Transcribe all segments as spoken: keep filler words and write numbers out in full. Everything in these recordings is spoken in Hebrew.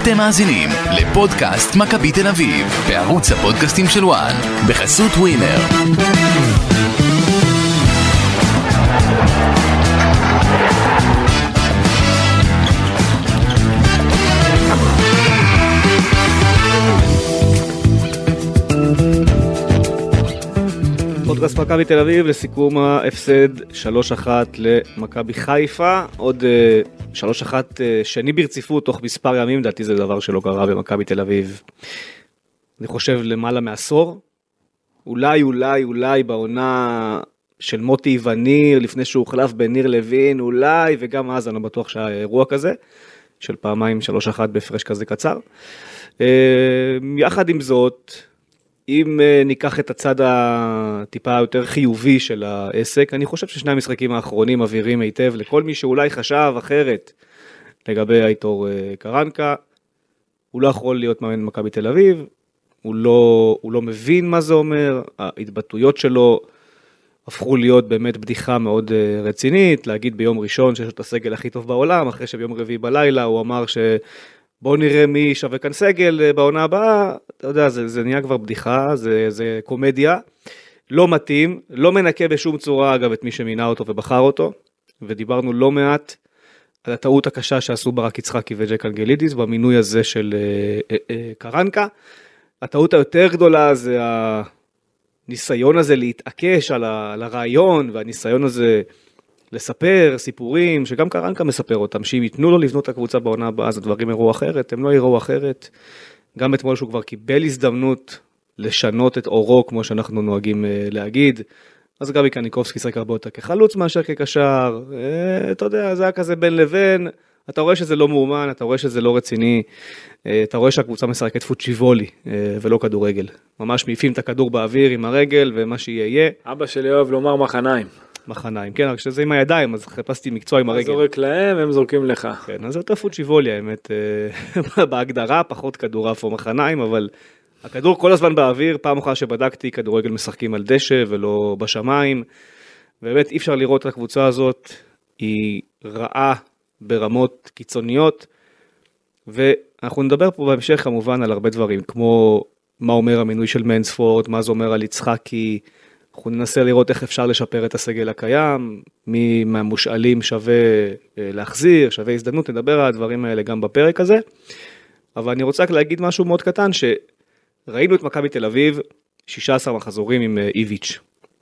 אתם מאזינים לפודקאסט מכבי תל אביב, בערוץ הפודקאסטים של וואן, בחסות ווינר. פודקאסט מכבי תל אביב לסיכום ההפסד שלוש אחת למכבי חיפה, עוד שלוש אחת שני ברציפות תוך מספר ימים, דעתי זה דבר שלא קרה במכבי תל אביב, אני חושב למעלה מעשור, אולי אולי אולי בעונה של מוטי וניר, לפני שהוא חלף בניר לוין, אולי, וגם אז אני לא בטוח שהיה אירוע כזה, של פעמיים שלוש אחת בהפרש כזה קצר. יחד עם זאת, אם ניקח את הצד הטיפה יותר חיובי של העסק, אני חושב ששני המשחקים האחרונים מבהירים היטב לכל מי שאולי חשב אחרת לגבי אייטור קרנקה. הוא לא יכול להיות מאמן מכבי תל אביב, הוא לא, הוא לא מבין מה זה אומר, ההתבטאויות שלו הפכו להיות באמת בדיחה מאוד רצינית, להגיד ביום ראשון שיש את הסגל הכי טוב בעולם, אחרי שביום רביעי בלילה הוא אמר ש... בואו נראה מי שווה כאן סגל בעונה הבאה, אתה יודע, זה, זה נהיה כבר בדיחה, זה, זה קומדיה, לא מתאים, לא מנקה בשום צורה, אגב, את מי שמינה אותו ובחר אותו, ודיברנו לא מעט על הטעות הקשה שעשו ברק יצחקי וג'ק אנגלידיס, במינוי הזה של אה, אה, אה, קרנקה. הטעות היותר גדולה זה הניסיון הזה להתעקש על, ה, על הרעיון, והניסיון הזה לספר סיפורים, שגם קרנקה מספר אותם, שאם ייתנו לו לבנות את הקבוצה בעונה הבאה, אז הדברים יראו אחרת, הם לא יראו אחרת. גם אתמול שהוא כבר קיבל הזדמנות לשנות את אורו, כמו שאנחנו נוהגים להגיד, אז גבי קניקובסקי שחק הרבה יותר כחלוץ מאשר כקשר, אתה יודע, זה היה כזה בין לבין, אתה רואה שזה לא מאומן, אתה רואה שזה לא רציני, אתה רואה שהקבוצה משחקת פוצ'יבולי, ולא כדורגל. ממש מעיפים את הכדור באוויר עם הרגל, ומה שיהיה. אבא שלי אוהב לומר מחניים. מחניים, כן, רק שזה עם הידיים, אז חיפשתי מקצוע עם הרגל. זורק להם, הם זורקים לך. כן, אז זה יותר פוצ'יבולי, האמת, בהגדרה, פחות כדורעף או מחניים, אבל הכדור כל הזמן באוויר, פעם אחת שבדקתי, כדורגל משחקים על דשא ולא בשמיים, באמת אי אפשר לראות את הקבוצה הזאת, היא רעה ברמות קיצוניות, ואנחנו נדבר פה בהמשך כמובן על הרבה דברים, כמו מה אומר המינוי של מנספורד, מה זה אומר על יצחקי, אנחנו ננסה לראות איך אפשר לשפר את הסגל הקיים, מי מהמושאלים שווה להחזיר, שווה הזדמנות, נדבר על הדברים האלה גם בפרק הזה, אבל אני רוצה רק להגיד משהו מאוד קטן, שראינו את מכבי תל אביב, שישה עשר מחזורים עם איביץ'.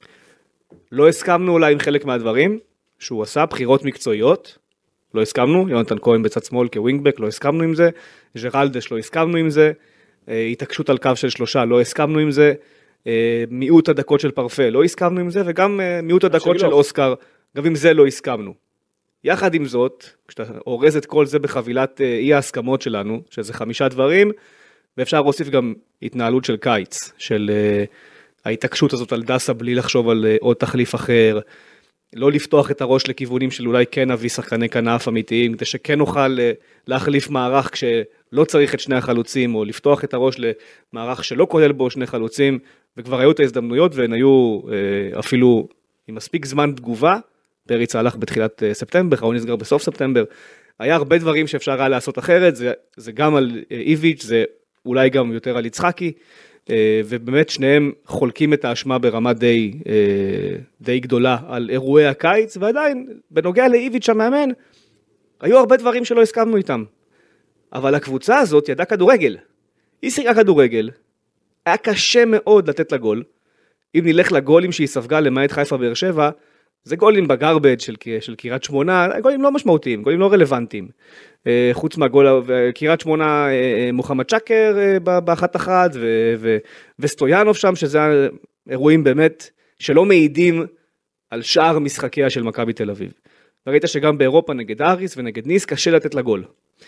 לא הסכמנו אולי עם חלק מהדברים, שהוא עשה בחירות מקצועיות, לא הסכמנו, יונתן כהן בצד שמאל כווינגבק, לא הסכמנו עם זה, ג'רלדש לא הסכמנו עם זה, התעקשות על קו של שלושה, לא הסכמנו עם זה, מיעוט הדקות של פרפה, לא הסכמנו עם זה, וגם מיעוט הדקות של אוסקר, גם עם זה לא הסכמנו. יחד עם זאת, כשאתה אורז את כל זה בחבילת אי ההסכמות שלנו, שזה חמישה דברים, ואפשר להוסיף גם התנהלות של קיץ, של ההתעקשות הזאת על דסה בלי לחשוב על עוד תחליף אחר, לא לפתוח את הראש לכיוונים של אולי כן אביא שחקני כנף אמיתיים, כדי שכן נוכל להחליף מערך כשלא צריך את שני החלוצים, או לפתוח את הראש למערך שלא כולל בו שני חלוצים, וכבר היו את ההזדמנויות, והן היו אפילו עם מספיק זמן תגובה, פריץ הלך בתחילת ספטמבר, חרון נסגר בסוף ספטמבר, היה הרבה דברים שאפשר היה לעשות אחרת, זה, זה גם על איביץ', זה אולי גם יותר על יצחקי, ובאמת שניהם חולקים את האשמה ברמה די, די גדולה על אירועי הקיץ, ועדיין בנוגע לאיביץ' המאמן, היו הרבה דברים שלא הסכמנו איתם, אבל הקבוצה הזאת ידעה כדורגל, היא שיחקה כדורגל, היה קשה מאוד לתת לה גול, אם נלך לגולים שהיא ספגה למעט חיפה באר שבע, זה גולים בגרבג' של, של קירת שמונה, גולים לא משמעותיים, גולים לא רלוונטיים, חוץ מהגול, קירת שמונה מוחמד שקר באחת אחת, ו, ו, וסטויאנוב שם, שזה אירועים באמת שלא מעידים על שאר משחקיה של מכבי תל אביב. וראית שגם באירופה נגד אריס ונגד ניס קשה לתת לגול.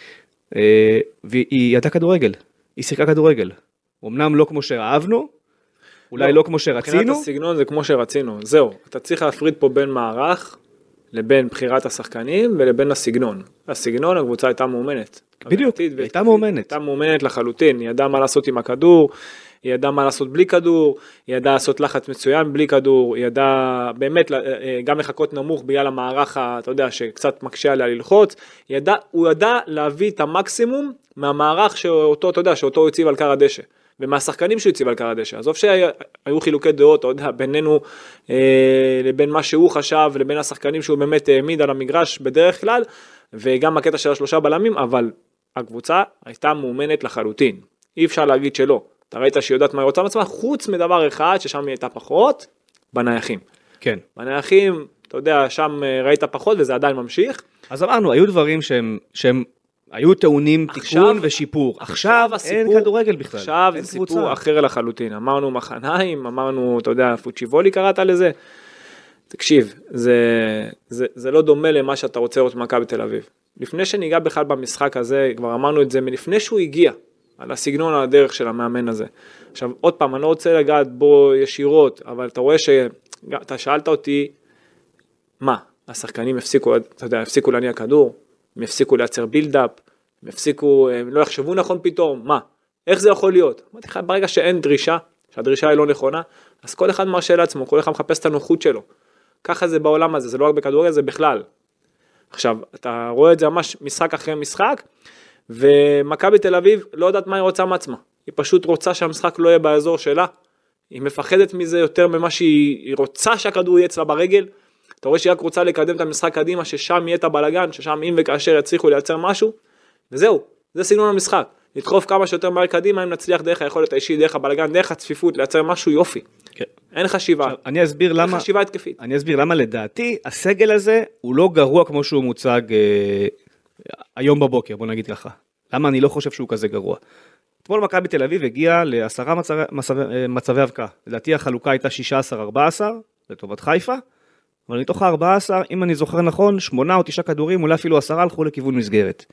והיא ידעה כדורגל, היא שיחקה כדורגל. אמנם לא כמו שאהבנו, אולי לא, לא כמו שרצינו. מבחינת הסגנון זה כמו שרצינו, זהו. אתה צריך להפריד פה בין מערך, לבין בחירת השחקנים ולבין הסגנון. הסגנון, הקבוצה הייתה מאומנת. בדיוק, היא הייתה מאומנת. הייתה מאומנת לחלוטין, היא ידעה מה לעשות עם הכדור, היא ידעה מה לעשות בלי כדור, היא ידעה לעשות לחץ מצוין בלי כדור, היא ידעה באמת גם לחכות נמוך בגלל המערך, אתה יודע, שקצת מקשה עליה ללחוץ, ידע, הוא ידע להביא את המקסימום מהמערך שאותו, אתה יודע, שאותו הוא הציב על קר הדשא, ומהשחקנים שהוא הציב על קר הדשא. עזוב שהיו חילוקי דעות, אתה יודע, בינינו אה, לבין מה שהוא חשב, לבין השחקנים שהוא באמת העמיד על המגרש בדרך כלל, וגם הקטע של השלושה בלמים, אבל הקבוצה הייתה מאומנת לחלוטין. אי אפשר להגיד שלא. אתה ראית שהיא יודעת מה היא רוצה מעצמה, חוץ מדבר אחד ששם היא הייתה פחות, בנייחים. כן. בנייחים, אתה יודע, שם ראית פחות וזה עדיין ממשיך. אז אמרנו, היו דברים שהם, שהם היו טעונים תיקון ושיפור. עכשיו אין כדורגל בכלל. עכשיו זה סיפור אחר לחלוטין. אמרנו מחניים, אמרנו, אתה יודע, פוצ'יבולי קראת לזה. תקשיב, זה, זה, זה לא דומה למה שאתה רוצה לראות מכבי בתל אביב. לפני שניגע בכלל במשחק הזה, כבר אמרנו את זה מלפני שהוא הגיע. על הסגנון, על הדרך של המאמן הזה. עכשיו, עוד פעם, אני לא רוצה לגעת בו ישירות, אבל אתה רואה שאתה שאלת אותי, מה? השחקנים הפסיקו, אתה יודע, הפסיקו להניע כדור, הם הפסיקו לייצר בילדאפ, הם הפסיקו, הם לא יחשבו נכון פתאום, מה? איך זה יכול להיות? אמרתי לך, ברגע שאין דרישה, שהדרישה היא לא נכונה, אז כל אחד מרשה לעצמו, כל אחד מחפש את הנוחות שלו. ככה זה בעולם הזה, זה לא רק בכדורגל, זה בכלל. עכשיו, אתה רואה את זה ממש משחק אחרי משחק, ומכבי תל אביב לא יודעת מה היא רוצה מעצמה, היא פשוט רוצה שהמשחק לא יהיה באזור שלה, היא מפחדת מזה יותר ממה שהיא רוצה שהכדור יהיה אצלה ברגל, אתה רואה שהיא רק רוצה לקדם את המשחק קדימה, ששם יהיה את הבלגן, ששם אם וכאשר יצליחו לייצר משהו, וזהו, זה סגנון המשחק, לדחוף כמה שיותר מהר קדימה, אם נצליח דרך היכולת האישית, דרך הבלגן, דרך הצפיפות, לייצר משהו יופי, כן. אין חשיבה, עכשיו, אני אסביר למה, אין חשיבה התקפית. אני אסביר למה לדעתי, הסגל הזה הוא לא גרוע כמו שהוא מוצג אה... היום בבוקר, בוא נגיד ככה. למה אני לא חושב שהוא כזה גרוע? אתמול מכבי תל אביב הגיע לעשרה מצבי, מצבי, מצבי אבקה. לדעתי החלוקה הייתה שישה עשר ארבע עשר, לטובת חיפה, אבל מתוך ה-ארבע עשר, אם אני זוכר נכון, שמונה או תשעה כדורים, אולי אפילו עשרה הלכו לכיוון מסגרת.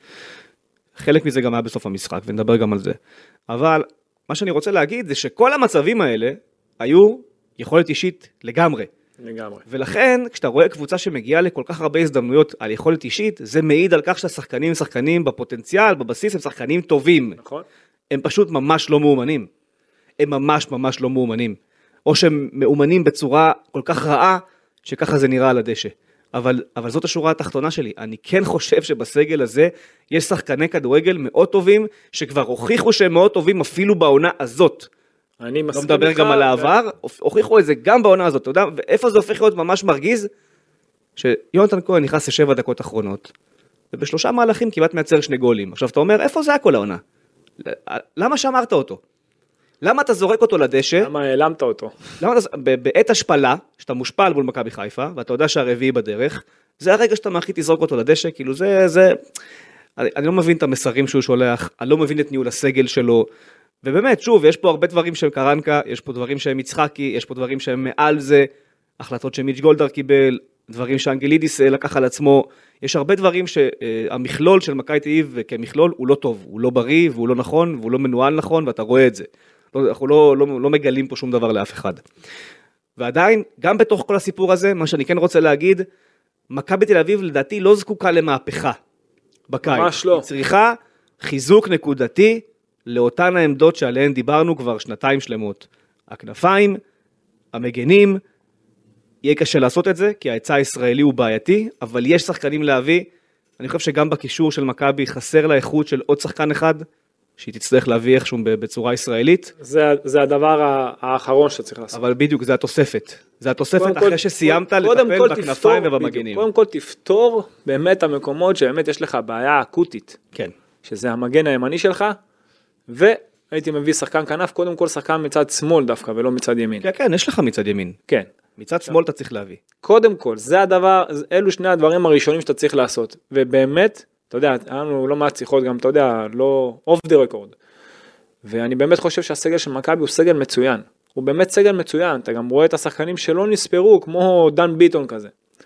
חלק מזה גם היה בסוף המשחק, ונדבר גם על זה. אבל מה שאני רוצה להגיד זה שכל המצבים האלה היו יכולת אישית לגמרי. לגמרי. ולכן, כשאתה רואה קבוצה שמגיעה לכל כך הרבה הזדמנויות על יכולת אישית, זה מעיד על כך שהשחקנים הם שחקנים בפוטנציאל, בבסיס הם שחקנים טובים. נכון. הם פשוט ממש לא מאומנים. הם ממש ממש לא מאומנים. או שהם מאומנים בצורה כל כך רעה, שככה זה נראה על הדשא. אבל, אבל זאת השורה התחתונה שלי. אני כן חושב שבסגל הזה, יש שחקני כדורגל מאוד טובים, שכבר הוכיחו שהם מאוד טובים אפילו בעונה הזאת. אני לא מדבר גם על העבר, הוכיחו את זה גם בעונה הזאת, אתה יודע, ואיפה זה הופך להיות ממש מרגיז, שיונתן כהן נכנס לשבע דקות אחרונות, ובשלושה מהלכים כמעט מייצר שני גולים. עכשיו אתה אומר, איפה זה היה כל העונה? למה שמרת אותו? למה אתה זורק אותו לדשא? למה העלמת אותו? למה אתה, בעת השפלה, שאתה מושפל מול מכבי חיפה, ואתה יודע שהרביעי בדרך, זה הרגע שאתה מאחית לזרוק אותו לדשא, כאילו זה, זה, אני, אני לא מבין את המסרים שהוא שולח, אני לא מבין את ניהול הסגל שלו, ובאמת, שוב, יש פה הרבה דברים שהם קרנקה, יש פה דברים שהם יצחקי, יש פה דברים שהם מעל זה, החלטות שמיץ' גולדהר קיבל, דברים שאנגלידיס לקח על עצמו, יש הרבה דברים שהמכלול של מכבי תל אביב כמכלול הוא לא טוב, הוא לא בריא והוא לא נכון, והוא לא מנוהל נכון, ואתה רואה את זה. אנחנו לא, לא, לא מגלים פה שום דבר לאף אחד. ועדיין, גם בתוך כל הסיפור הזה, מה שאני כן רוצה להגיד, מכבי תל אביב לדעתי לא זקוקה למהפכה בקיץ. ממש לא. היא צריכה חיזוק נקודתי, לאותן העמדות שעליהן דיברנו כבר שנתיים שלמות. הכנפיים, המגנים, יהיה קשה לעשות את זה, כי ההיצע הישראלי הוא בעייתי, אבל יש שחקנים להביא, אני חושב שגם בקישור של מכבי חסר לאיכות של עוד שחקן אחד, שהיא תצטרך להביא איכשהו בצורה ישראלית. זה, זה הדבר האחרון שאתה צריך לעשות. אבל בדיוק, זה התוספת. זה התוספת אחרי כל, שסיימת לטפל בכנפיים ובמגנים. קודם כל תפתור באמת המקומות שבאמת יש לך בעיה אקוטית. כן. שזה המגן הימני שלך, והייתי מביא שחקן כנף, קודם כל שחקן מצד שמאל דווקא, ולא מצד ימין. כן, כן, יש לך מצד ימין. כן. מצד שמאל אתה צריך להביא. קודם כל, זה הדבר, אלו שני הדברים הראשונים שאתה צריך לעשות. ובאמת, אתה יודע, אנחנו לא מעט שיחות גם, אתה יודע, לא off the record. ואני באמת חושב שהסגל של מכבי הוא סגל מצוין. הוא באמת סגל מצוין. אתה גם רואה את השחקנים שלא נספרו, כמו דן ביטון כזה.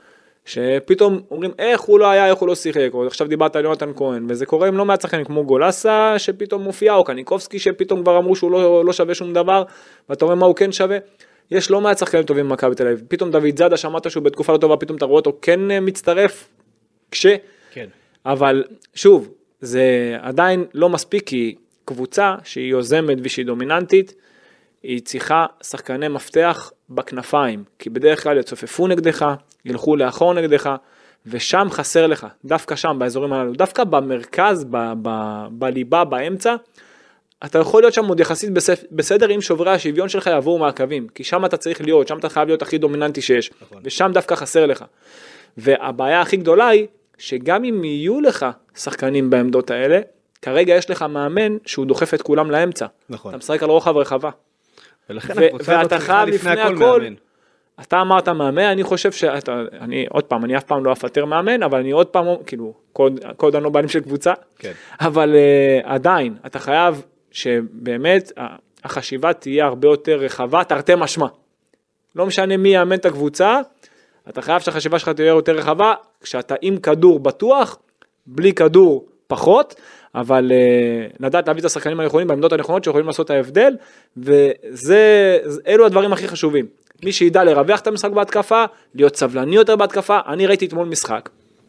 שפתאום אומרים, איך הוא לא היה, איך הוא לא שיחק, או עכשיו דיברת על יונתן כהן, וזה קורה עם לא מעט שחקנים, כמו גולסה, שפתאום מופיע, או קניקובסקי, שפתאום כבר אמרו שהוא לא, לא שווה שום דבר, ואתה רואה מה הוא כן שווה. יש לא מעט שחקנים טובים במכבי תל אביב, פתאום דוד זאדה שמעת שהוא בתקופה לא טובה, פתאום אתה רואה אותו כן מצטרף, כש, כן. אבל שוב, זה עדיין לא מספיק, כי קבוצה שהיא יוזמת ושהיא דומיננטית, היא צריכה שחקני מפתח בכנפיים, כי בדרך כלל יצופפו נגדך, ילכו לאחור נגדך, ושם חסר לך, דווקא שם, באזורים הללו, דווקא במרכז, ב- ב- בליבה, באמצע, אתה יכול להיות שם עוד יחסית בסדר אם שוברי השוויון שלך יעבור מעקבים, כי שם אתה צריך להיות, שם אתה חייב להיות הכי דומיננטי שיש, נכון. ושם דווקא חסר לך. והבעיה הכי גדולה היא, שגם אם יהיו לך שחקנים בעמדות האלה, כרגע יש לך מאמן שהוא דוחף את כולם לאמצע. נכון. אתה משחק על רוחב רחבה. ולכן הקבוצה הזאת צריכה לפני הכל מאמן. אתה אמרת מאמן, אני חושב שאתה, אני עוד פעם, אני אף פעם לא אפטר מאמן, אבל אני עוד פעם, כאילו, קוד אני לא בעלים של קבוצה, כן. אבל uh, עדיין, אתה חייב שבאמת החשיבה תהיה הרבה יותר רחבה, תרתי משמע. לא משנה מי יאמן את הקבוצה, אתה חייב שהחשיבה שלך תהיה יותר רחבה, כשאתה עם כדור בטוח, בלי כדור פחות, אבל uh, לדעת להביא את השחקנים הנכונים בעמדות הנכונות שיכולים לעשות את ההבדל, וזה, אלו הדברים הכי חשובים. מי שידע לרווח את המשחק בהתקפה, להיות סבלני יותר בהתקפה, אני ראיתי אתמול משחק,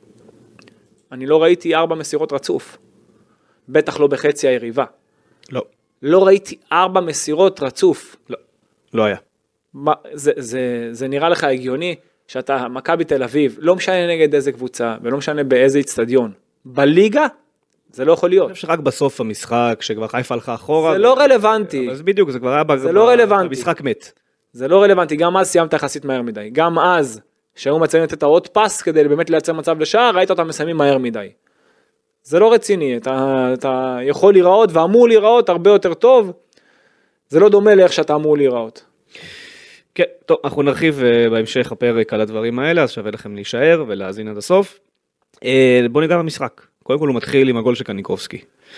אני לא ראיתי ארבע מסירות רצוף, בטח לא בחצי היריבה. לא. לא ראיתי ארבע מסירות רצוף. לא, לא היה. מה, זה, זה, זה נראה לך הגיוני, שאתה מכבי תל אביב, לא משנה נגד איזה קבוצה, ולא משנה באיזה אצטדיון, בליגה, זה לא יכול להיות. אני חושב שרק בסוף המשחק, שכבר חיפה הלכה אחורה. זה לא רלוונטי. אז בדיוק, זה כבר היה זה לא רלוונטי. במשחק מת. זה לא רלוונטי, גם אז סיימת יחסית מהר מדי, גם אז, שהיו מציינים את העוד פס, כדי באמת לייצר מצב לשער, ראית אותם מסיימים מהר מדי. זה לא רציני, אתה, אתה יכול להיראות, ואמור להיראות הרבה יותר טוב, זה לא דומה לאיך שאתה אמור להיראות. כן, טוב, אנחנו נרחיב בהמשך הפרק על הדברים האלה, אז שווה לכם להישאר ולהאזין עד הסוף. בוא ניגע במשחק. קודם כל הוא מתחיל עם הגול של קניקובסקי,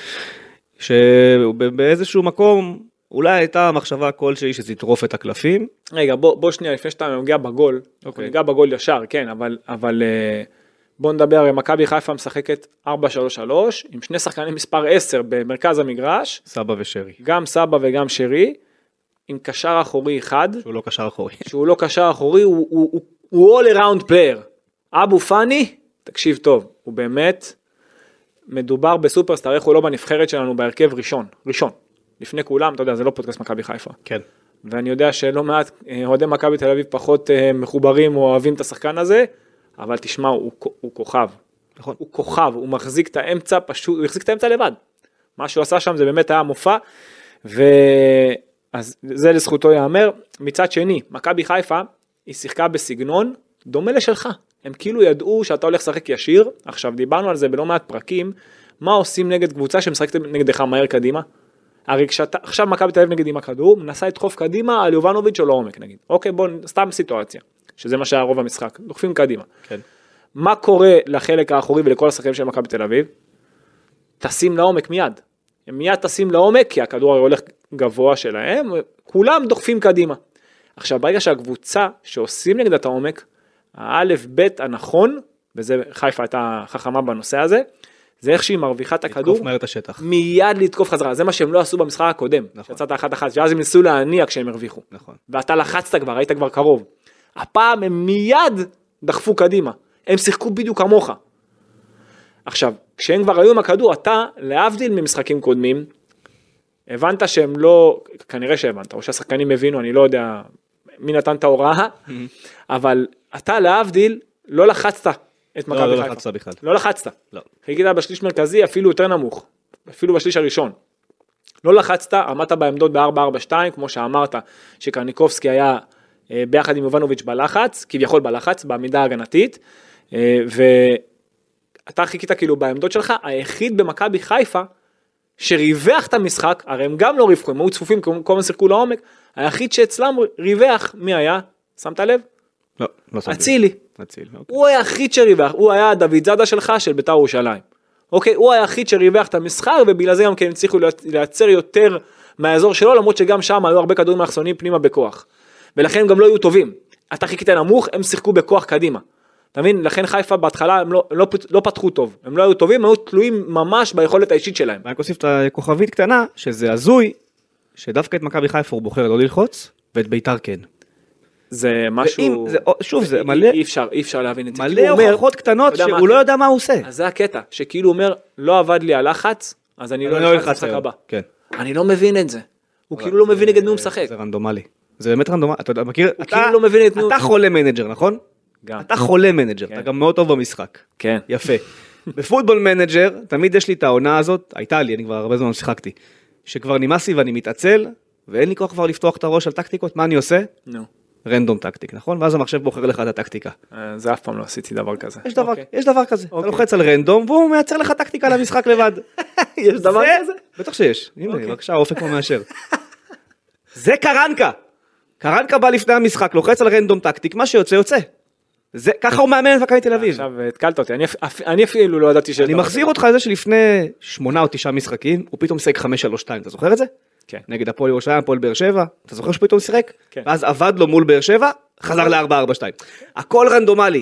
שבאיזשהו מקום, אולי הייתה מחשבה כלשהי שזה יטרוף את הקלפים. רגע, בוא, בוא שנייה, לפני שאתה מגיע בגול, okay. ניגע בגול ישר, כן, אבל, אבל בוא נדבר, מכבי חיפה משחקת ארבע שלוש שלוש, עם שני שחקנים מספר עשר במרכז המגרש. סבא ושרי. גם סבא וגם שרי, עם קשר אחורי אחד. שהוא לא קשר אחורי. שהוא לא קשר אחורי, הוא, הוא, הוא, הוא all around player. אבו פני, תקשיב טוב, הוא באמת מדובר בסופרסטאר, איך הוא לא בנבחרת שלנו בהרכב ראשון, ראשון. לפני כולם, אתה יודע, זה לא פודקאסט מכבי חיפה. כן. ואני יודע שלא מעט אוהדי מכבי תל אביב פחות מחוברים או אוהבים את השחקן הזה, אבל תשמע, הוא, הוא כוכב. נכון. הוא כוכב, הוא מחזיק את האמצע, פשוט, הוא החזיק את האמצע לבד. מה שהוא עשה שם זה באמת היה מופע, ואז זה לזכותו יאמר. מצד שני, מכבי חיפה, היא שיחקה בסגנון דומה לשלך. הם כאילו ידעו שאתה הולך לשחק ישיר, עכשיו דיברנו על זה בלא מעט פרקים, מה עושים נגד קבוצה שמשחקת נגדך מהר קדימה? הרי כשאתה, עכשיו מכבי תל אביב נגד עם הכדור, מנסה לדחוף קדימה על יובנוביץ' או לעומק נגיד. אוקיי, בוא, סתם סיטואציה, שזה מה שהיה רוב המשחק, דוחפים קדימה. כן. מה קורה לחלק האחורי ולכל השחקנים של מכבי תל אביב? תשים לעומק מיד. הם מיד תשים לעומק, כי הכדור הרי הולך גבוה שלהם, כולם דוחפים קדימה. עכשיו, ברגע שהקבוצה שעושים נגד את העומק, האלף בית הנכון, וזה חיפה הייתה חכמה בנושא הזה, זה איך שהיא מרוויחה את הכדור, לתקוף מהר את השטח. מיד לתקוף חזרה, זה מה שהם לא עשו במשחק הקודם, נכון. שיצאת אחת אחת, שאז הם ניסו להניע כשהם הרוויחו, נכון. ואתה לחצת כבר, היית כבר קרוב, הפעם הם מיד דחפו קדימה, הם שיחקו בדיוק כמוך, עכשיו, כשהם כבר היו עם הכדור, אתה, להבדיל ממשחקים קודמים, הבנת שהם לא, כנראה שהבנת, או שהשחקנים הבינו, אני לא יודע מי נתן את ההוראה, אבל אתה להבדיל, לא לחצת את מכבי חיפה. לא לחצת בכלל. לא לחצת. לא. חיכית בשליש מרכזי, אפילו יותר נמוך, אפילו בשליש הראשון. לא לחצת, עמדת בעמדות ב-ארבע ארבע שתיים, כמו שאמרת, שקרניקובסקי היה ביחד עם יובנוביץ' בלחץ, כביכול בלחץ, בעמידה הגנתית, ואתה חיכית כאילו בעמדות שלך, היחיד במכבי חיפה, שריווח את המשחק, הרי הם גם לא ריווחו, הם היו צפופים, כל הזמן שיחקו לעומק, היחיד שאצלם ריווח, מי היה? שמת לב? לא, לא שמתי. אצילי. אצילי, אוקיי. הוא היה היחיד שריווח, הוא היה דוד זאדה שלך של בית"ר ירושלים. אוקיי, הוא היה היחיד שריווח את המשחק, ובגלל זה גם כן הצליחו לייצר יותר מהאזור שלו, למרות שגם שם היו הרבה כדורים מאחסונים פנימה בכוח. ולכן הם גם לא היו טובים. אתה חיכית נמוך, הם שיחקו בכוח קדימה. אתה מבין? לכן חיפה בהתחלה הם לא, לא, לא פתחו טוב. הם לא היו טובים, הם היו תלויים ממש ביכולת האישית שלהם. רק אוסיף את הכוכבית קטנה, שזה הזוי, שדווקא את מכבי חיפה הוא בוחר לא ללחוץ, ואת בית"ר כן. זה משהו... ואם, זה, שוב, זה אי, מלא... אי אפשר, אי אפשר להבין את זה. מלא הוכחות קטנות שהוא לא יודע מה הוא עושה. אז זה הקטע, שכאילו אומר, לא עבד לי הלחץ, אז אני לא אלחץ למשחק הבא. כן. אני לא מבין את זה. הוא כאילו לא מבין נגד מי הוא משחק. זה רנדומלי. זה באמת רנדומלי. אתה מכיר? הוא כאילו לא מבין את מי... אתה חולה מנג'ר, נכון? גם. אתה חולה מנג'ר, אתה גם מאוד טוב במשחק. כן. יפה. בפוטבול מנג'ר, תמיד יש לי את העונה הזאת, הייתה לי, אני כבר הרבה זמן שיחקתי, שכבר נמאס לי ואני מתעצל, ואין לי כוח כבר לפתוח את הראש על טקטיקות, מה אני עושה? נו. רנדום טקטיק, נכון? ואז המחשב בוחר לך את הטקטיקה. זה אף פעם לא עשיתי דבר כזה. יש דבר, יש דבר כזה. אתה לוחץ על רנדום, והוא מייצר לך טקטיקה למשחק לבד. יש דבר כזה? בטח שיש. הנה, בבקשה, אופק כמו מאשר. זה קרנקה. קרנקה בא לפני המשחק, לוחץ על רנדום טקטיק, מה שיוצא, יוצא. זה, ככה הוא מאמן את מכבי תל אביב. עכשיו התקלת אותי, אני אפילו לא ידעתי אני מחזיר אותך לזה שלפני שמונה או תשעה משחקים, הוא פתאום שיחק חמש שלוש שתיים, אתה זוכר את זה? כן. נגד הפועל ירושלים, הפועל באר שבע, אתה זוכר שפתאום שיחק? כן. ואז עבד לו מול באר שבע, חזר ל-ארבע ארבע שתיים. הכל רנדומלי.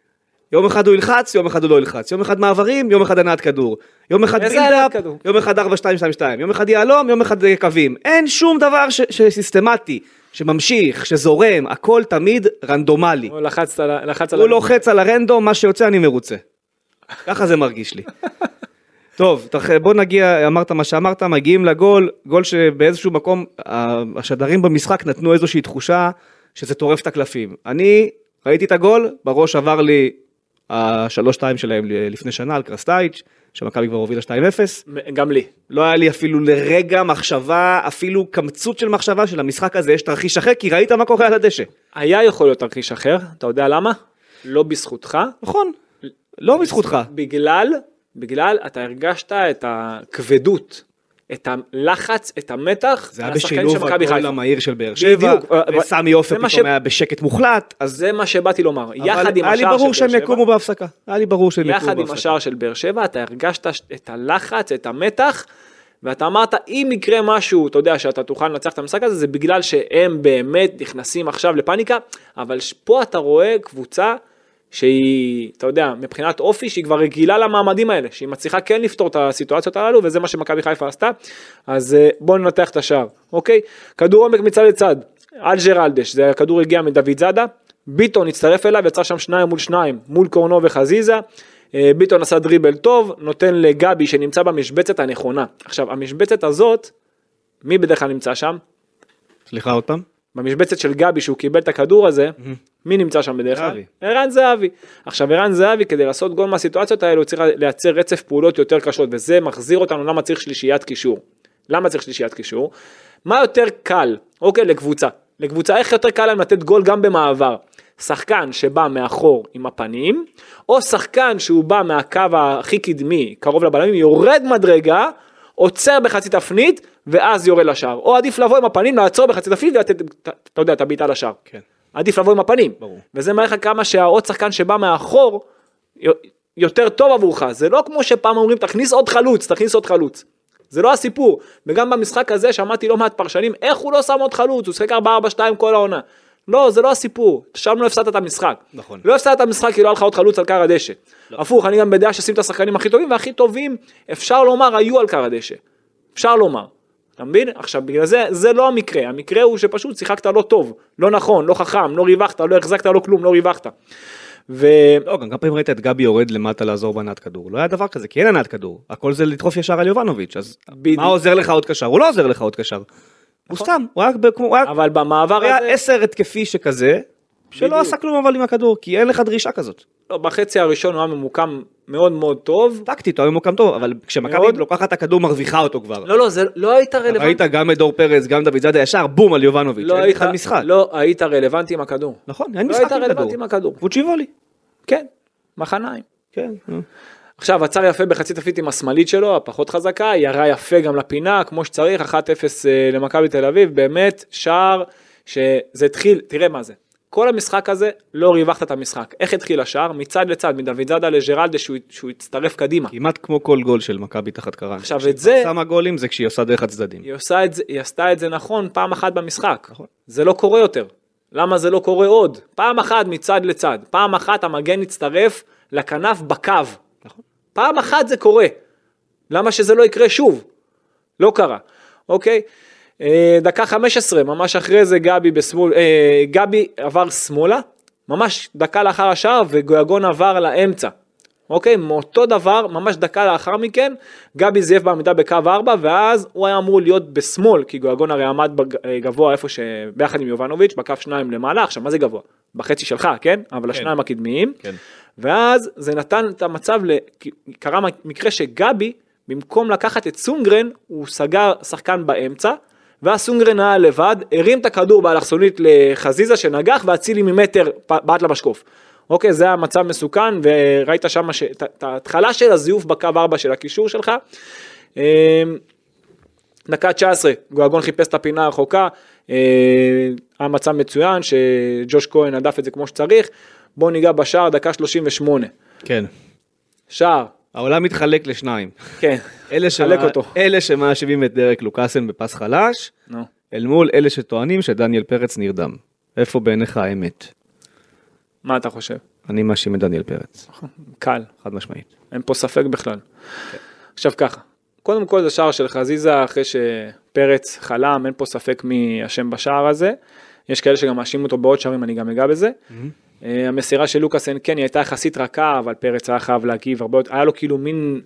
יום אחד הוא ילחץ, יום אחד הוא לא ילחץ. יום אחד מעברים, יום אחד הנעת כדור. יום אחד בילדאפ, יום אחד ארבע שתיים שתיים שתיים. יום אחד יעלום, יום אחד קווים. אין שום דבר שסיסטמטי, שממשיך, שזורם, הכל תמיד רנדומלי. הוא לחץ על הרנדום. הוא לוחץ על הרנדום, מה שיוצא אני מרוצה. ככה זה מרגיש לי. טוב, בוא נגיע, אמרת מה שאמרת, מגיעים לגול, גול שבאיזשהו מקום, השדרים במשחק נתנו איזושהי תחושה, שזה טורף את הקלפים. אני ראיתי את הגול, בראש עבר לי השלוש שתיים שלהם לפני שנה על קרסטייץ', שמכבי כבר הובילה שתיים אפס. גם לי. לא היה לי אפילו לרגע מחשבה, אפילו קמצות של מחשבה של המשחק הזה, יש תרחיש אחר, כי ראית מה קורה על הדשא. היה יכול להיות תרחיש אחר, אתה יודע למה? לא בזכותך. נכון, לא בזכותך. בגלל, בגלל אתה הרגשת את הכבדות, את הלחץ, את המתח. זה היה בשילוב הגול המהיר של באר שבע, וסמי אופר פתאום היה בשקט מוחלט. אז זה מה שבאתי לומר. אבל היה לי ברור שהם יקומו בהפסקה. היה לי ברור שהם יקומו בהפסקה. יחד עם השער של באר שבע, אתה הרגשת את הלחץ, את המתח, ואתה אמרת, אם יקרה משהו, אתה יודע שאתה תוכל לנצח את המשחק הזה, זה בגלל שהם באמת נכנסים עכשיו לפאניקה, אבל פה אתה רואה קבוצה שהיא, אתה יודע, מבחינת אופי, שהיא כבר רגילה למעמדים האלה, שהיא מצליחה כן לפתור את הסיטואציות הללו, וזה מה שמכבי חיפה עשתה. אז בואו ננתח את השער, אוקיי? כדור עומק מצד לצד, על ג'רלדש, זה הכדור הגיע מדוד זאדה, ביטון הצטרף אליו, יצא שם שניים מול שניים, מול קורנו וחזיזה, ביטון עשה דריבל טוב, נותן לגבי שנמצא במשבצת הנכונה. עכשיו, המשבצת הזאת, מי בדרך כלל נמצא שם? סליחה עוד פעם? במשבצת של גבי שהוא קיבל את הכדור הזה, מי נמצא שם בדרך כלל? ערן זהבי. עכשיו ערן זהבי כדי לעשות גול מהסיטואציות האלו הוא צריך לייצר רצף פעולות יותר קשות, וזה מחזיר אותנו למה צריך שלישיית קישור. למה צריך שלישיית קישור? מה יותר קל, אוקיי, לקבוצה. לקבוצה איך יותר קל להם לתת גול גם במעבר? שחקן שבא מאחור עם הפנים, או שחקן שהוא בא מהקו הכי קדמי, קרוב לבלמים, יורד מדרגה, עוצר בחצי תפנית, ואז יורד לשער. או עדיף לבוא עם הפנים, לעצור בחצי תפנית, ואתה יודע, אתה ביטה לשער. כן. עדיף לבוא עם הפנים. ברור. וזה מראה לך כמה שהעוד שחקן שבא מאחור, יותר טוב עבורך. זה לא כמו שפעם אומרים, תכניס עוד חלוץ, תכניס עוד חלוץ. זה לא הסיפור. וגם במשחק הזה, שמעתי לא מעט פרשנים, איך הוא לא שם עוד חלוץ? הוא שחק ארבע ארבע שתיים כל העונה. לא, זה לא הסיפור. שם לא הפסדת את המשחק. נכון. לא הפסדת את המשחק כי לא היה לך עוד חלוץ על קר הדשא. לא. הפוך, אני גם בדעה ששים את השחקנים הכי טובים, והכי טובים, אפשר לומר, היו על קר הדשא. אפשר לומר. אתה מבין? עכשיו, בגלל זה, זה לא המקרה. המקרה הוא שפשוט שיחקת לא טוב, לא נכון, לא חכם, לא ריווחת, לא החזקת, לא כלום, לא ריווחת. ו... לא, גם כמה פעמים ראית את גבי יורד למטה לעזור בהנעת כדור. לא היה דבר כזה, כי אין הנעת כדור. הכל זה לדחוף ישר על יובנוביץ', אז בדיוק. מה עוזר לך עוד קשר? הוא לא עוזר לך עוד קשר. הוא סתם, הוא היה כמו... אבל במעבר הזה... היה עשר התקפי שכזה, שלא עשה כלום אבל עם הכדור, כי אין לך דרישה כזאת. לא, בחצי הראשון הוא היה ממוקם מאוד מאוד טוב. טקטית, הוא היה ממוקם טוב, אבל כשמכבי לוקחת את הכדור מרוויחה אותו כבר. לא, לא, זה לא היית רלוונטי. ראית גם את דור פרץ, גם דוד זאדה ישר, בום על יובנוביץ'. לא היית, לא היית רלוונטי עם הכדור. נכון, אין משחק עם כדור. לא היית רלוונטי עם הכדור. פוצ'יבולי. כן, מחניים. כן. עכשיו, עצר יפה בחצי תפנית עם השמאלית שלו, הפחות חזקה, ירה יפה גם לפינה, כמו שצריך, אחת אפס למכבי תל אביב, באמת שער שזה התחיל, תראה מה זה. כל המשחק הזה לא ריווחת את המשחק. איך התחיל השער? מצד לצד, מדוד זאדה לג'רלדה שהוא, שהוא הצטרף קדימה. כמעט כמו כל גול של מכבי תחת קרן. עכשיו את זה... שמה גולים זה כשהיא עושה דרך הצדדים. היא עושה את זה, היא עשתה את זה נכון פעם אחת במשחק. נכון. זה לא קורה יותר. למה זה לא קורה עוד? פעם אחת מצד לצד. פעם אחת המגן הצטרף לכנף בקו. נכון. פעם אחת זה קורה. למה שזה לא יקרה שוב? לא קרה. אוקיי? דקה חמש עשרה, ממש אחרי זה גבי בשמאל, גבי עבר שמאלה, ממש דקה לאחר השער, וגויגון עבר לאמצע. אוקיי, מאותו דבר, ממש דקה לאחר מכן, גבי זייף בעמידה בקו ארבע, ואז הוא היה אמור להיות בשמאל, כי גויגון הרי עמד גבוה איפה שביחד עם יובנוביץ', בקו שניים למעלה, עכשיו מה זה גבוה? בחצי שלך, כן? אבל השניים הקדמיים, ואז זה נתן את המצב, קרה מקרה שגבי, במקום לקחת את סונגרן, הוא סגר שחקן באמצע, ואז סונגרן היה לבד, הרים את הכדור באלכסונית לחזיזה שנגח, והצילי ממטר בעט למשקוף. אוקיי, זה המצב מסוכן, וראית שם את ההתחלה של הזיוף בקו ארבע של הקישור שלך. דקה תשע עשרה, גויגון חיפש את הפינה הרחוקה, המצב מצוין, שג'וש כהן עדף את זה כמו שצריך, בואו ניגע בשער, דקה שלושים ושמונה. כן. שער. העולם מתחלק לשניים. כן, חלק אותו. אלה שמאשימים את דרק לוקאסן בפס חלש, אל מול אלה שטוענים שדניאל פרץ נרדם. איפה בעיניך האמת? מה אתה חושב? אני מאשים את דניאל פרץ. קל. חד משמעית. אין פה ספק בכלל. עכשיו ככה, קודם כל זה שער של חזיזה, אחרי שפרץ חלם, אין פה ספק מי אשם בשער הזה. יש כאלה שגם מאשימים אותו בעוד שערים, אני גם אגע בזה. המסירה של לוקאסן, כן, היא הייתה יחסית רכה, אבל פרץ היה חייב להגיב הרבה יותר, היה לו כאילו מין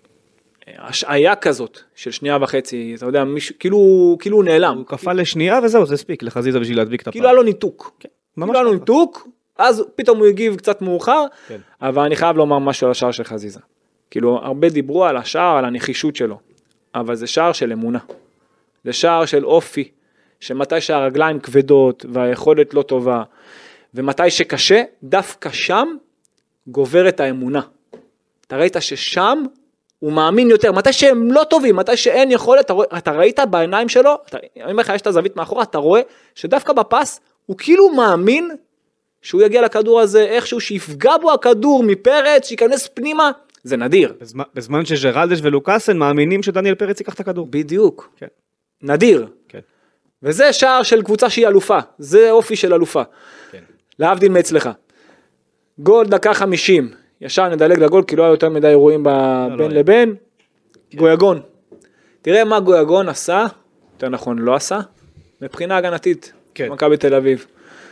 השעיה כזאת של שנייה וחצי, אתה יודע, מישהו, כאילו, כאילו הוא נעלם. הוא קפא לשנייה וזהו, זה הספיק לחזיזה בשביל להדביק את הפעם. כאילו היה לו ניתוק. כאילו היה לו ניתוק, אז פתאום הוא הגיב קצת מאוחר, אבל אני חייב לומר משהו על השער של חזיזה. כאילו, הרבה דיברו על השער, על הנחישות שלו, אבל זה שער של אמונה. זה שער של אופי, שמתי שהרגליים כבדות והיכולת לא טובה, ומתי שקשה, דווקא שם גובר את האמונה. אתה ראית ששם הוא מאמין יותר, מתי שהם לא טובים, מתי שאין יכולת, אתה, רואה, אתה ראית בעיניים שלו, אתה, אני אומר לך, יש את הזווית מאחורה, אתה רואה שדווקא בפס, הוא כאילו מאמין שהוא יגיע לכדור הזה, איכשהו שיפגע בו הכדור מפרץ, שיכנס פנימה, זה נדיר. בזמן, בזמן שג'רלדש ולוקאסן מאמינים שדניאל פרץ ייקח את הכדור. בדיוק. כן. נדיר. כן. וזה שער של קבוצה שהיא אלופה, זה אופי של אלופה. כן. להבדיל מאצלך. גול דקה חמישים, ישר נדלג לגול, כי לא היה יותר מדי אירועים בין לבין. גויגון. תראה מה גויגון עשה, יותר נכון לא עשה, מבחינה הגנתית. כן. מכבי בתל אביב.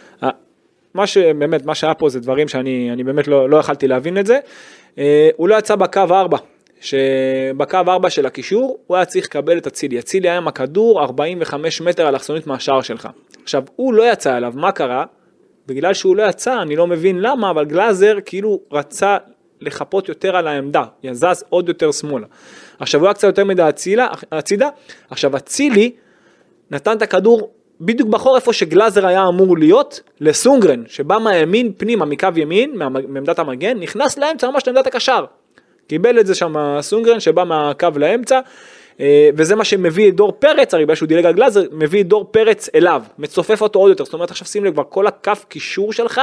מה שבאמת, מה שהיה פה זה דברים שאני אני באמת לא, לא יכלתי להבין את זה. הוא לא יצא בקו ארבע, שבקו ארבע של הקישור, הוא היה צריך לקבל את הצילי. הצילי היה עם הכדור ארבעים וחמישה מטר על האלכסונית מהשער שלך. עכשיו, הוא לא יצא אליו, מה קרה? בגלל שהוא לא יצא, אני לא מבין למה, אבל גלאזר כאילו רצה לחפות יותר על העמדה, יזז עוד יותר שמאלה. עכשיו הוא היה קצת יותר מדי הצילה, הצידה, עכשיו הצילי נתן את הכדור בדיוק בחור איפה שגלאזר היה אמור להיות, לסונגרן, שבא מהימין פנימה, מקו ימין, מעמדת המגן, נכנס לאמצע ממש לעמדת הקשר. קיבל את זה שם סונגרן שבא מהקו לאמצע, וזה מה שמביא את דור פרץ, הרי שהוא דילג על גלאזר, מביא את דור פרץ אליו, מצופף אותו עוד יותר, זאת אומרת עכשיו שים לב כבר כל הקו קישור שלך,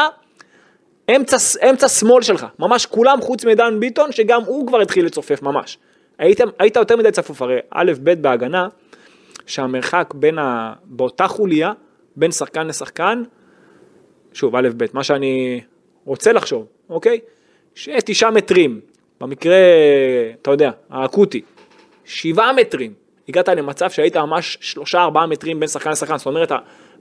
אמצע, אמצע שמאל שלך, ממש כולם חוץ מדן ביטון, שגם הוא כבר התחיל לצופף ממש. היית, היית יותר מדי צפוף, הרי א' ב' בהגנה, שהמרחק בין ה... באותה חוליה, בין שחקן לשחקן, שוב א' ב', מה שאני רוצה לחשוב, אוקיי? שתשעה מטרים, במקרה, אתה יודע, האקוטי, שבעה מטרים, הגעת למצב שהיית ממש שלושה ארבעה מטרים בין שחקן לשחקן, זאת אומרת,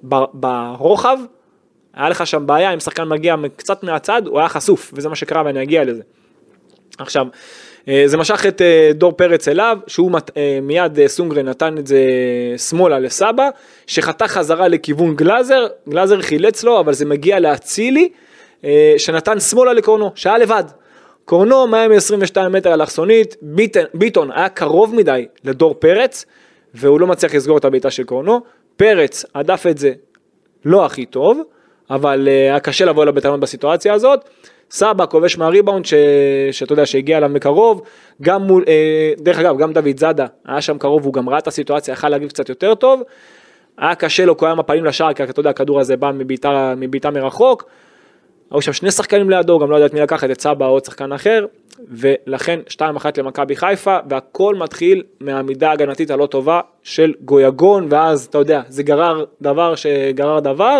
ברוחב, היה לך שם בעיה, אם שחקן מגיע קצת מהצד, הוא היה חשוף, וזה מה שקרה ואני אגיע לזה. עכשיו, זה משך את דור פרץ אליו, שהוא מיד סונגרן נתן את זה שמאלה לסבא, שחתך חזרה לכיוון גלאזר, גלאזר חילץ לו, אבל זה מגיע להצילי, שנתן שמאלה לקורנו, שהיה לבד. קורנו מאה עשרים ושתיים מטר אלכסונית, ביטון היה קרוב מדי לדור פרץ, והוא לא מצליח לסגור את הביתה של קורנו, פרץ עדף את זה לא הכי טוב, אבל היה קשה לבוא אליו בטענות בסיטואציה הזאת, סבא כובש מהריבאונד, ש... שאתה יודע שהגיע אליו מקרוב, גם מול, דרך אגב, גם דוד זאדה היה שם קרוב, הוא גם ראה את הסיטואציה, יכל להגיב קצת יותר טוב, היה קשה לו, כי היה מפלים לשער, כי אתה יודע, הכדור הזה בא מביתה, מביתה מרחוק, היו שם שני שחקנים לידו, גם לא יודעת מי לקחת את סבא או עוד שחקן אחר, ולכן שתיים אחת למכבי חיפה, והכל מתחיל מהעמידה ההגנתית הלא טובה של גויגון, ואז אתה יודע, זה גרר דבר שגרר דבר,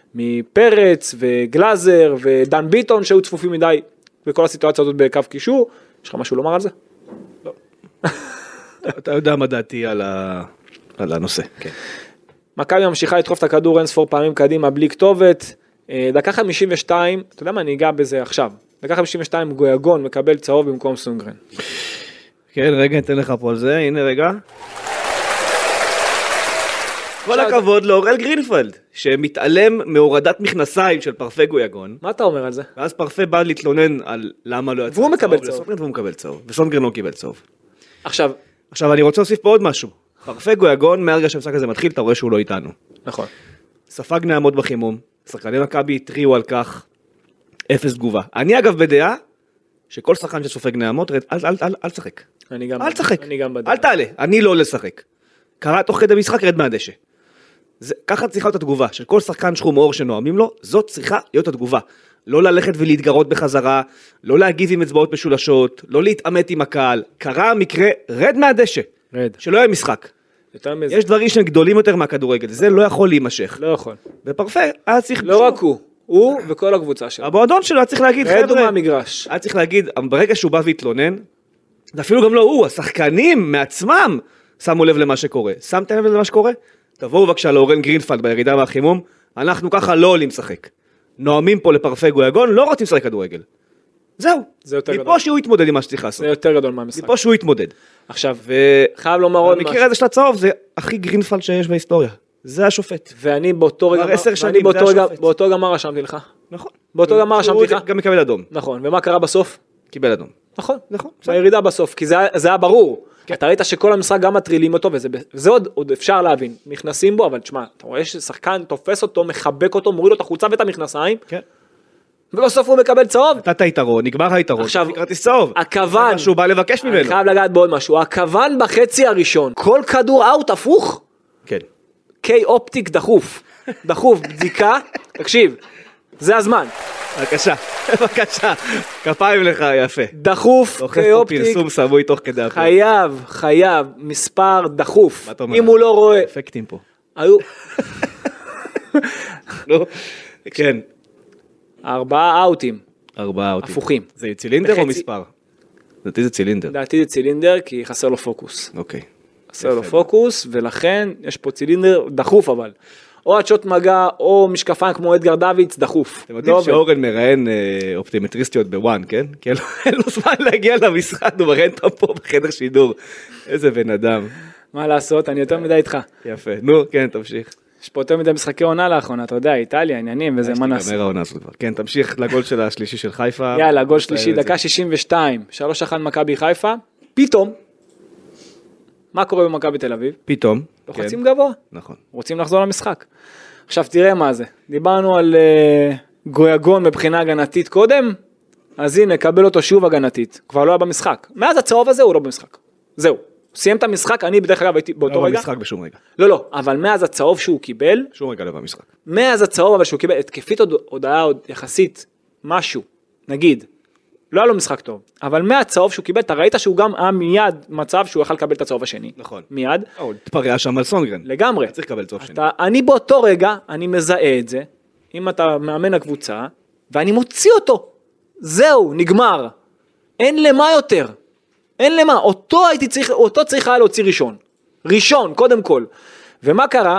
מפרץ וגלאזר ודן ביטון שהיו צפופים מדי בכל הסיטואציה הזאת בקו קישור. יש לך משהו לומר על זה? לא. אתה יודע מה דעתי על הנושא. מכבי ממשיכה לדחוף את הכדור אין ספור פעמים קדימה בלי כתובת, דקה חמישים ושתיים, אתה יודע מה, אני אגע בזה עכשיו, דקה חמישים ושתיים גויגון מקבל צהוב במקום סונגרן. כן, רגע, ניתן לך פה על זה, הנה רגע. כל הכבוד לאורל גרינפלד, שמתעלם מהורדת מכנסיים של פרפה גויגון. מה אתה אומר על זה? ואז פרפה בא להתלונן על למה לא יצא והוא מקבל צהוב. והוא מקבל צהוב, וסונגרן לא קיבל צהוב. עכשיו, עכשיו אני רוצה להוסיף פה עוד משהו. פרפה גויגון, מהרגע שהמשחק הזה מתחיל, אתה רואה שהוא לא איתנו. נכון. ספג נעמות בחימום, שחקני מכבי התריעו על כך, אפס תגובה. אני אגב בדעה, שכל שחקן שסופג נעמות, אל, אל, אל, אל, אל תשחק. אני גם אל תשחק. אני גם בדעה. אל תעלה, אני לא לשחק. קרה תוך כדי משחק, רד מהדשא. זה, ככה צריכה להיות התגובה, של כל שחקן שחום אור שנועמים לו, זאת צריכה להיות התגובה. לא ללכת ולהתגרות בחזרה, לא להגיב עם אצבעות משולשות, לא להתעמת עם הקהל. קרה מקרה, רד מהדשא. רד. שלא יהיה משחק. יותר מזה. יש דברים שהם גדולים יותר מהכדורגל, זה לא יכול להימשך. לא יכול. ופרפה, היה צריך... לא רק הוא, הוא וכל הקבוצה שלו. המועדון שלו היה צריך להגיד, רדו מהמגרש. היה צריך להגיד, ברגע שהוא בא והתלונן, זה אפילו גם לא הוא, השחקנים מעצמם שמו לב למה שקורה. שמתם לב למה שקורה? תבואו בבקשה לאורן גרינפלד בירידה מהחימום, אנחנו ככה לא עולים לשחק. נועמים פה לפרפה גויגון, לא רוצים לשחק כדורגל. זהו. זה יותר גדול. מפה שהוא יתמודד עם מה שצריך לעשות. זה יותר גדול מהמשחק. מפה שהוא יתמודד. עכשיו, חייב לומר עוד משהו. המקרה הזה של הצהוב זה הכי גרינפלד שיש בהיסטוריה. זה השופט. ואני באותו רגע, עשר שנים, ואני באותו זה רגע, השופט. באותו רגע מה רשמתי לך? נכון. באותו רגע מה רשמתי לך? גם מקבל אדום. נכון, ומה קרה בסוף? קיבל אדום. נכון, נכון. בירידה בסוף, כי זה, זה היה ברור. אתה ראית שכל המשחק גם מטרילים אותו, וזה זה עוד, עוד אפשר להבין. נכנסים בו, אבל תשמע, אתה רואה ששחקן תופס אותו, מחבק אותו, מוריד לו את החולצה ואת המכנסיים, כן. ובסוף הוא מקבל צהוב. נתת היתרון, נגמר היתרון. עכשיו, כרטיס צהוב. הכוון, שהוא בא לבקש ממנו. אני חייב לגעת בעוד משהו, הכוון בחצי הראשון, כל כדור אאוט הפוך, כן. קיי אופטיק דחוף, דחוף, בדיקה, תקשיב, זה הזמן. בבקשה, בבקשה, כפיים לך, יפה. דחוף, קיי אופטיק, פרסום סמוי תוך כדי הפרק. חייב, חייב, מספר דחוף, מה אתה אומר? אם הוא לא רואה, אפקטים פה. היו, לא, כן. ארבעה אאוטים, ארבעה אותי. הפוכים. זה צילינדר או בחצי- מספר? לדעתי זה צילינדר. לדעתי זה צילינדר, כי חסר לו פוקוס. אוקיי. חסר לו פוקוס, ולכן יש פה צילינדר דחוף אבל. או הצ'וט מגע, או משקפיים כמו אדגר דוויץ, דחוף. אתם יודעים לא עובד. שאורן מראיין אה, אופטימטריסטיות בוואן, כן? כי אין לו- אין לו זמן להגיע למשחק, הוא מראיין אותם פה בחדר שידור. איזה בן אדם. מה לעשות, אני יותר מדי איתך. יפה. נו, כן, תמשיך. יש פה יותר מדי משחקי עונה לאחרונה, אתה יודע, איטליה, עניינים, וזה מה נעשה. תיגמר העונה הזאת כבר. כן, תמשיך לגול של השלישי של חיפה. יאללה, גול שלישי, את זה. דקה שישים ושתיים, שלוש אחת מכבי חיפה, פתאום, מה קורה במכבי תל אביב? פתאום. לוחצים כן, גבוה, נכון. רוצים לחזור למשחק. עכשיו תראה מה זה, דיברנו על uh, גויגון מבחינה הגנתית קודם, אז הנה, קבל אותו שוב הגנתית, כבר לא היה במשחק. מאז הצהוב הזה הוא לא במשחק. זהו, סיים את המשחק, אני בדרך כלל הייתי באותו לא רגע. במשחק בשום רגע. לא, לא, אבל מאז הצהוב שהוא קיבל, שום רגע לא במשחק. מאז הצהוב אבל שהוא קיבל, התקפית עוד, עוד היה עוד יחסית משהו, נגיד, לא היה לו משחק טוב, אבל מהצהוב שהוא קיבל, אתה ראית שהוא גם היה מיד מצב שהוא יכל לקבל את הצהוב השני. נכון. מיד. הוא התפרע שם על סונגרן. לגמרי. צריך לקבל צהוב שני. אתה, אני באותו רגע, אני מזהה את זה, אם אתה מאמן הקבוצה, ואני מוציא אותו. זהו, נגמר. אין למה יותר. אין למה. אותו הייתי צריך, אותו צריך היה להוציא ראשון. ראשון, קודם כל. ומה קרה?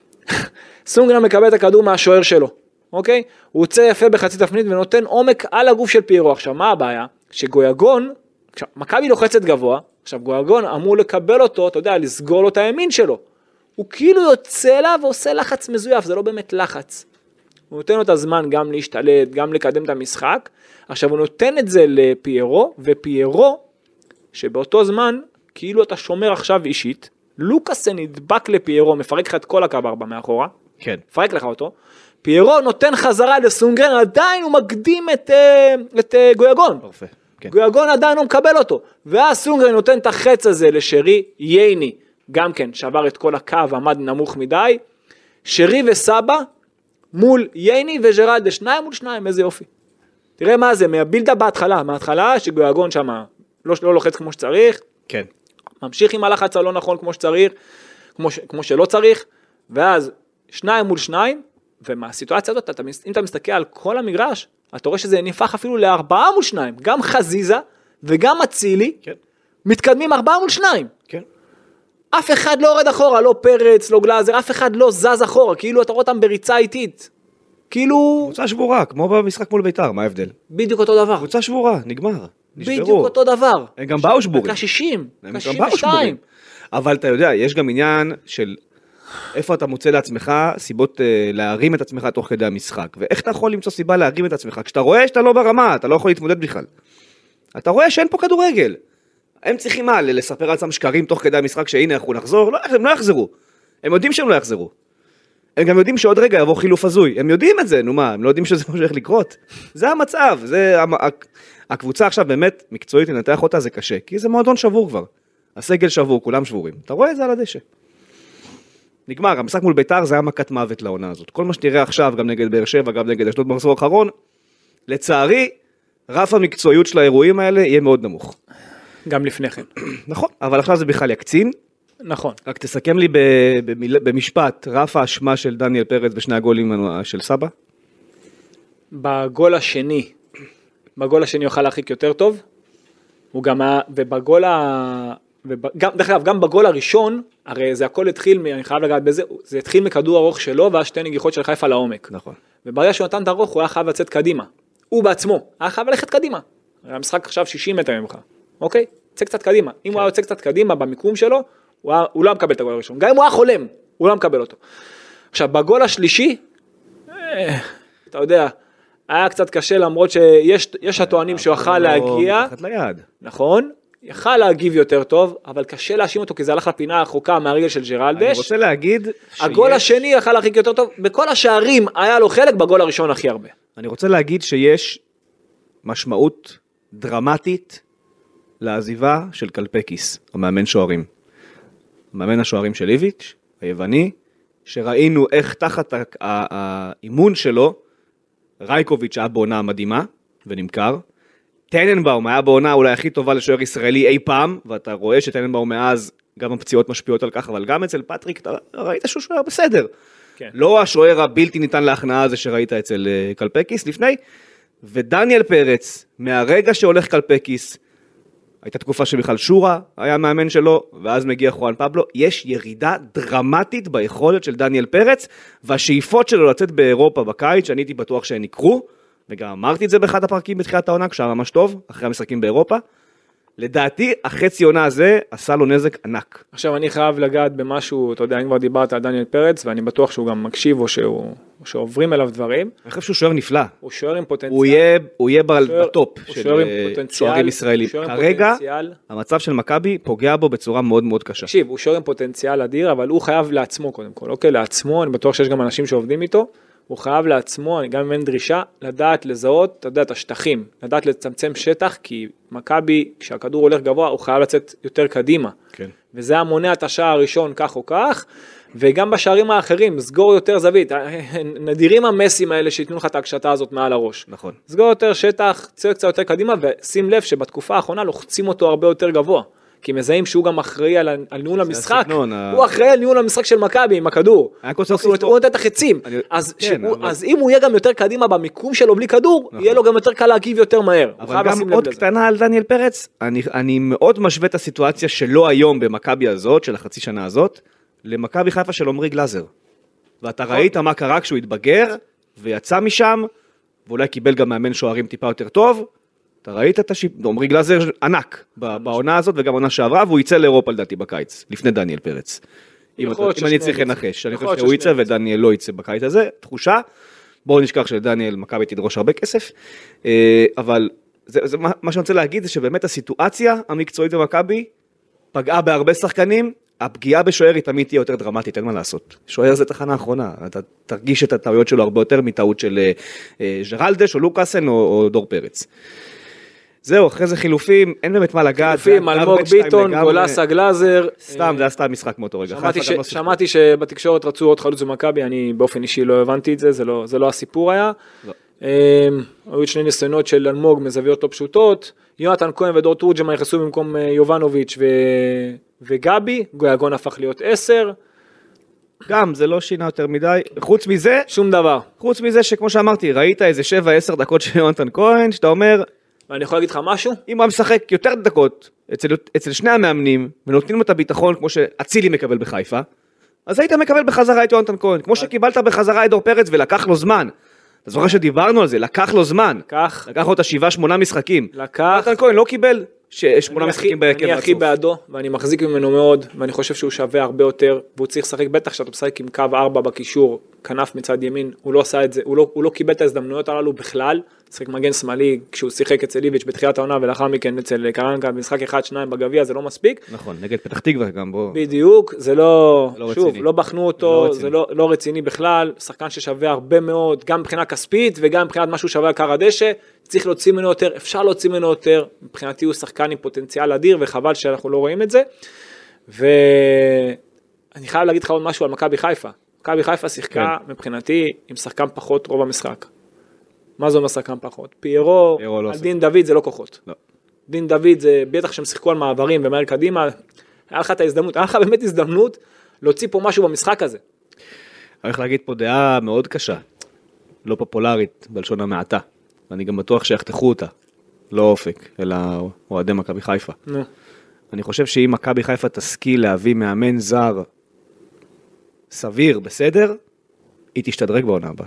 סונגרן מקבל את הכדור מהשוער שלו. אוקיי? הוא יוצא יפה בחצי תפנית ונותן עומק על הגוף של פיירו. עכשיו, מה הבעיה? שגויגון, מכבי לוחצת גבוה, עכשיו גויגון אמור לקבל אותו, אתה יודע, לסגור לו את הימין שלו. הוא כאילו יוצא לה ועושה לחץ מזויף, זה לא באמת לחץ. הוא נותן לו את הזמן גם להשתלט, גם לקדם את המשחק. עכשיו הוא נותן את זה לפיירו, ופיירו, שבאותו זמן, כאילו אתה שומר עכשיו אישית, לוקאסן נדבק לפיירו, מפרק לך את כל הקו ארבע מאחורה, כן. מפרק לך אותו, פיירו נותן חזרה לסונגרן, עדיין הוא מקדים את, את גויגון. פרפה. כן. גויגון עדיין לא מקבל אותו, ואז סונגרן נותן את החץ הזה לשרי, ייני, גם כן שבר את כל הקו, עמד נמוך מדי, שרי וסבא, מול ייני וג'רלדה, שניים מול שניים, איזה יופי. תראה מה זה, מהבילדה בהתחלה, מההתחלה שגויגון שם לא, לא לוחץ כמו שצריך, כן. ממשיך עם הלחץ הלא נכון כמו שצריך, כמו, ש, כמו שלא צריך, ואז שניים מול שניים, ומהסיטואציה הזאת, אתה, אם אתה מסתכל על כל המגרש, אתה רואה שזה נפח אפילו לארבעה מול שניים, גם חזיזה וגם אצילי, כן. מתקדמים ארבעה מול שניים. כן. אף אחד לא יורד אחורה, לא פרץ, לא גלאזר, אף אחד לא זז אחורה, כאילו אתה רואה אותם בריצה איטית. כאילו... קבוצה שבורה, כמו במשחק מול בית"ר, מה ההבדל? בדיוק אותו דבר. קבוצה שבורה, נגמר. בדיוק אותו דבר. הם גם באו שבורים. דקה שישים, הם דקה גם באו שישים ושתיים. שבורים. אבל אתה יודע, יש גם עניין של איפה אתה מוצא לעצמך סיבות אה, להרים את עצמך תוך כדי המשחק, ואיך אתה יכול למצוא סיבה להרים את עצמך, כשאתה רואה שאתה לא ברמה, אתה לא יכול להתמודד בכלל. אתה רואה שאין פה כדורגל. הם צריכים מה, לספר על עצמם שקרים תוך כדי המשחק שהנה אנחנו נחזור? לא, הם לא יחזרו. הם יודעים שהם לא יחזרו. הם גם יודעים שעוד רגע יבוא חילוף הזוי. הם יודעים את זה, נו מה, הם לא יודעים שזה מה שהולך לקרות. זה המצב, זה הקבוצה עכשיו באמת מקצועית לנתח אותה זה קשה, כי זה מועדון שבור כבר. הסגל שבור, כולם שבורים. אתה רואה את זה על הדשא. נגמר, המשחק מול בית"ר זה היה מכת מוות לעונה הזאת. כל מה שתראה עכשיו, גם נגד באר שבע, גם נגד אשדוד במחזור האחרון, לצערי, רף המקצועיות של האירועים האלה יהיה מאוד נמוך. גם לפני כן. נכון, אבל עכשיו זה בכלל יקצין. נכון. רק תסכם לי במשפט, רף האשמה של דניאל פרץ בשני הגולים של סבא. בגול השני, בגול השני יוכל להרחיק יותר טוב, הוא גם, ובגול ה... וגם, דרך אגב, גם בגול הראשון, הרי זה הכל התחיל, אני חייב לגעת בזה, זה התחיל מכדור ארוך שלו, ואז שתי נגיחות של חיפה לעומק. נכון. וברגע שהוא נתן את הרוך, הוא היה חייב לצאת קדימה. הוא בעצמו, היה חייב ללכת קדימה. המשחק עכשיו שישים מטר ממך, אוקיי? יוצא קצת קדימה. אם הוא היה יוצא קצת קדימה במיקום שלו, הוא, היה, הוא לא מקבל את הגול הראשון. גם אם הוא היה חולם, הוא לא מקבל אותו. עכשיו, בגול השלישי, אה, אתה יודע, היה קצת קשה, למרות שיש יש הטוענים שהוא יכל להגיע. נכון? יכל להגיב יותר טוב, אבל קשה להאשים אותו, כי זה הלך לפינה הרחוקה מהרגל של ג'רלדש. אני רוצה להגיד הגול השני יכל להרחיק יותר טוב, בכל השערים היה לו חלק, בגול הראשון הכי הרבה. אני רוצה להגיד שיש משמעות דרמטית לעזיבה של קלפקיס, המאמן שוערים. המאמן השוערים של איביץ', היווני, שראינו איך תחת האימון שלו, רייקוביץ' היה בעונה מדהימה, ונמכר. טננבאום היה בעונה אולי הכי טובה לשוער ישראלי אי פעם, ואתה רואה שטננבאום מאז גם הפציעות משפיעות על כך, אבל גם אצל פטריק, אתה ראית שהוא שוער בסדר. כן. לא השוער הבלתי ניתן להכנעה הזה שראית אצל קלפקיס לפני, ודניאל פרץ, מהרגע שהולך קלפקיס, הייתה תקופה שבכלל שורה היה מאמן שלו, ואז מגיע חואן פבלו, יש ירידה דרמטית ביכולת של דניאל פרץ, והשאיפות שלו לצאת באירופה בקיץ, שאני הייתי בטוח שהן יקרו, וגם אמרתי את זה באחד הפרקים בתחילת העונה, כשהיה ממש טוב, אחרי המשחקים באירופה, לדעתי החצי עונה הזה עשה לו נזק ענק. עכשיו אני חייב לגעת במשהו, אתה יודע, אם כבר דיברת על דניאל פרץ, ואני בטוח שהוא גם מקשיב, או שהוא, או שעוברים אליו דברים. אני חושב שהוא שוער נפלא. הוא שוער עם פוטנציאל. הוא יהיה, הוא יהיה בטופ של שוערים הוא ישראלים. כרגע, המצב של מכבי פוגע בו בצורה מאוד מאוד קשה. תקשיב, הוא שוער עם פוטנציאל אדיר, אבל הוא חייב לעצמו קודם כל. אוקיי, לעצמו, אני בטוח שיש גם אנשים שעובדים איתו. הוא חייב לעצמו, גם אם אין דרישה, לדעת לזהות, אתה יודע, את השטחים, לדעת לצמצם שטח, כי מכבי, כשהכדור הולך גבוה, הוא חייב לצאת יותר קדימה. כן. וזה המונע את השער הראשון, כך או כך, וגם בשערים האחרים, סגור יותר זווית. נדירים המסים האלה שיתנו לך את ההקשתה הזאת מעל הראש. נכון. סגור יותר שטח, ציר קצת יותר קדימה, ושים לב שבתקופה האחרונה לוחצים אותו הרבה יותר גבוה. כי מזהים שהוא גם אחראי על, על ניהול המשחק, הסגנון, הוא אחראי על ניהול המשחק של מכבי עם הכדור, הוא נותן את החצים, אני... אז, כן, שהוא, אבל... אז אם הוא יהיה גם יותר קדימה במיקום שלו בלי כדור, נכון. יהיה לו גם יותר קל להגיב יותר מהר. אבל גם עוד קטנה על דניאל פרץ, אני, אני מאוד משווה את הסיטואציה שלו היום במכבי הזאת, של החצי שנה הזאת, למכבי חיפה של עומרי גלאזר. ואתה נכון. ראית מה קרה כשהוא התבגר, ויצא משם, ואולי קיבל גם מאמן שוערים טיפה יותר טוב, אתה ראית את השיפ... עומרי גלאזר ענק בעונה הזאת וגם עונה שעברה, והוא יצא לאירופה לדעתי בקיץ, לפני דניאל פרץ. אם אני צריך לנחש, אני חושב שהוא יצא ודניאל לא יצא בקיץ הזה, תחושה, בואו נשכח שלדניאל מכבי תדרוש הרבה כסף, אבל זה, זה, מה שאני רוצה להגיד זה שבאמת הסיטואציה המקצועית במכבי פגעה בהרבה שחקנים, הפגיעה בשוער היא תמיד תהיה יותר דרמטית, אין מה לעשות. שוער זה תחנה האחרונה, אתה תרגיש את הטעויות שלו הרבה יותר מטעות של ג'רלדש או לוקאסן או, או דור פרץ. זהו, אחרי זה חילופים, אין באמת מה לגעת. חילופים, אלמוג ביטון, גולסה גלאזר. סתם, זה היה סתם משחק מאותו רגע. שמעתי שבתקשורת רצו עוד חלוץ במכבי, אני באופן אישי לא הבנתי את זה, זה לא הסיפור היה. היו שני ניסיונות של אלמוג מזוויות לא פשוטות, יונתן כהן ודור תורג'מן נכנסו במקום יובנוביץ' וגבי, גויגון הפך להיות עשר. גם, זה לא שינה יותר מדי. חוץ מזה, שום דבר. חוץ מזה שכמו שאמרתי, ראית איזה שבע עשר דקות של יונתן כהן, שאתה אומר, ואני יכול להגיד לך משהו? אם הוא משחק יותר דקות אצל, אצל שני המאמנים, ונותנים לו את הביטחון כמו שאצילי מקבל בחיפה, אז היית מקבל בחזרה את יונתן כהן, כמו שקיבלת בחזרה את דור פרץ ולקח לו זמן. אתה זוכר שדיברנו על זה, לקח לו זמן. לקח. לקח לו את השבעה, שמונה משחקים. לקח. יונתן כהן לא קיבל שמונה משחקים בהרכב. אני הכי בעדו, ואני מחזיק ממנו מאוד, ואני חושב שהוא שווה הרבה יותר, והוא צריך לשחק, בטח שאתה משחק עם קו ארבע בקישור, כנף מצד ימין, הוא לא עשה את זה, הוא לא, הוא לא קיבל את ההזדמנויות הללו בכלל, שחק מגן שמאלי, כשהוא שיחק אצל ליביץ' בתחילת העונה, ולאחר מכן אצל קרנקה, במשחק אחד, שניים בגביע, זה לא מספיק. נכון, נגד פתח תקווה גם בו. בדיוק, זה לא, לא שוב, רציני. לא בחנו אותו, לא זה לא, לא רציני בכלל, שחקן ששווה הרבה מאוד, גם מבחינה כספית, וגם מבחינת משהו שווה על קר הדשא, צריך להוציא ממנו יותר, אפשר להוציא ממנו יותר, מבחינתי הוא שחקן עם פוטנציאל אדיר, וחבל שאנחנו לא רואים את זה, ואני חייב להגיד לך עוד משהו על מכבי חיפה, מכבי חיפה שיחקה כן. מבחינתי עם שחקן פחות רוב המשחק. מה זה אומר שחקן פחות? פיירו, פיירו לא על דין דוד זה לא כוחות. לא. דין דוד זה בטח שהם שיחקו על מעברים ומהר קדימה, היה לך את ההזדמנות, היה לך באמת הזדמנות להוציא פה משהו במשחק הזה. אני הולך להגיד פה דעה מאוד קשה, לא פופולרית בלשון המעטה, ואני גם בטוח שיחתכו אותה, לא אופק, אלא אוהדי מכבי חיפה. נו. אני חושב שאם מכבי חיפה תשכיל להביא מאמן זר סביר, בסדר, היא תשתדרג בעונה הבאה.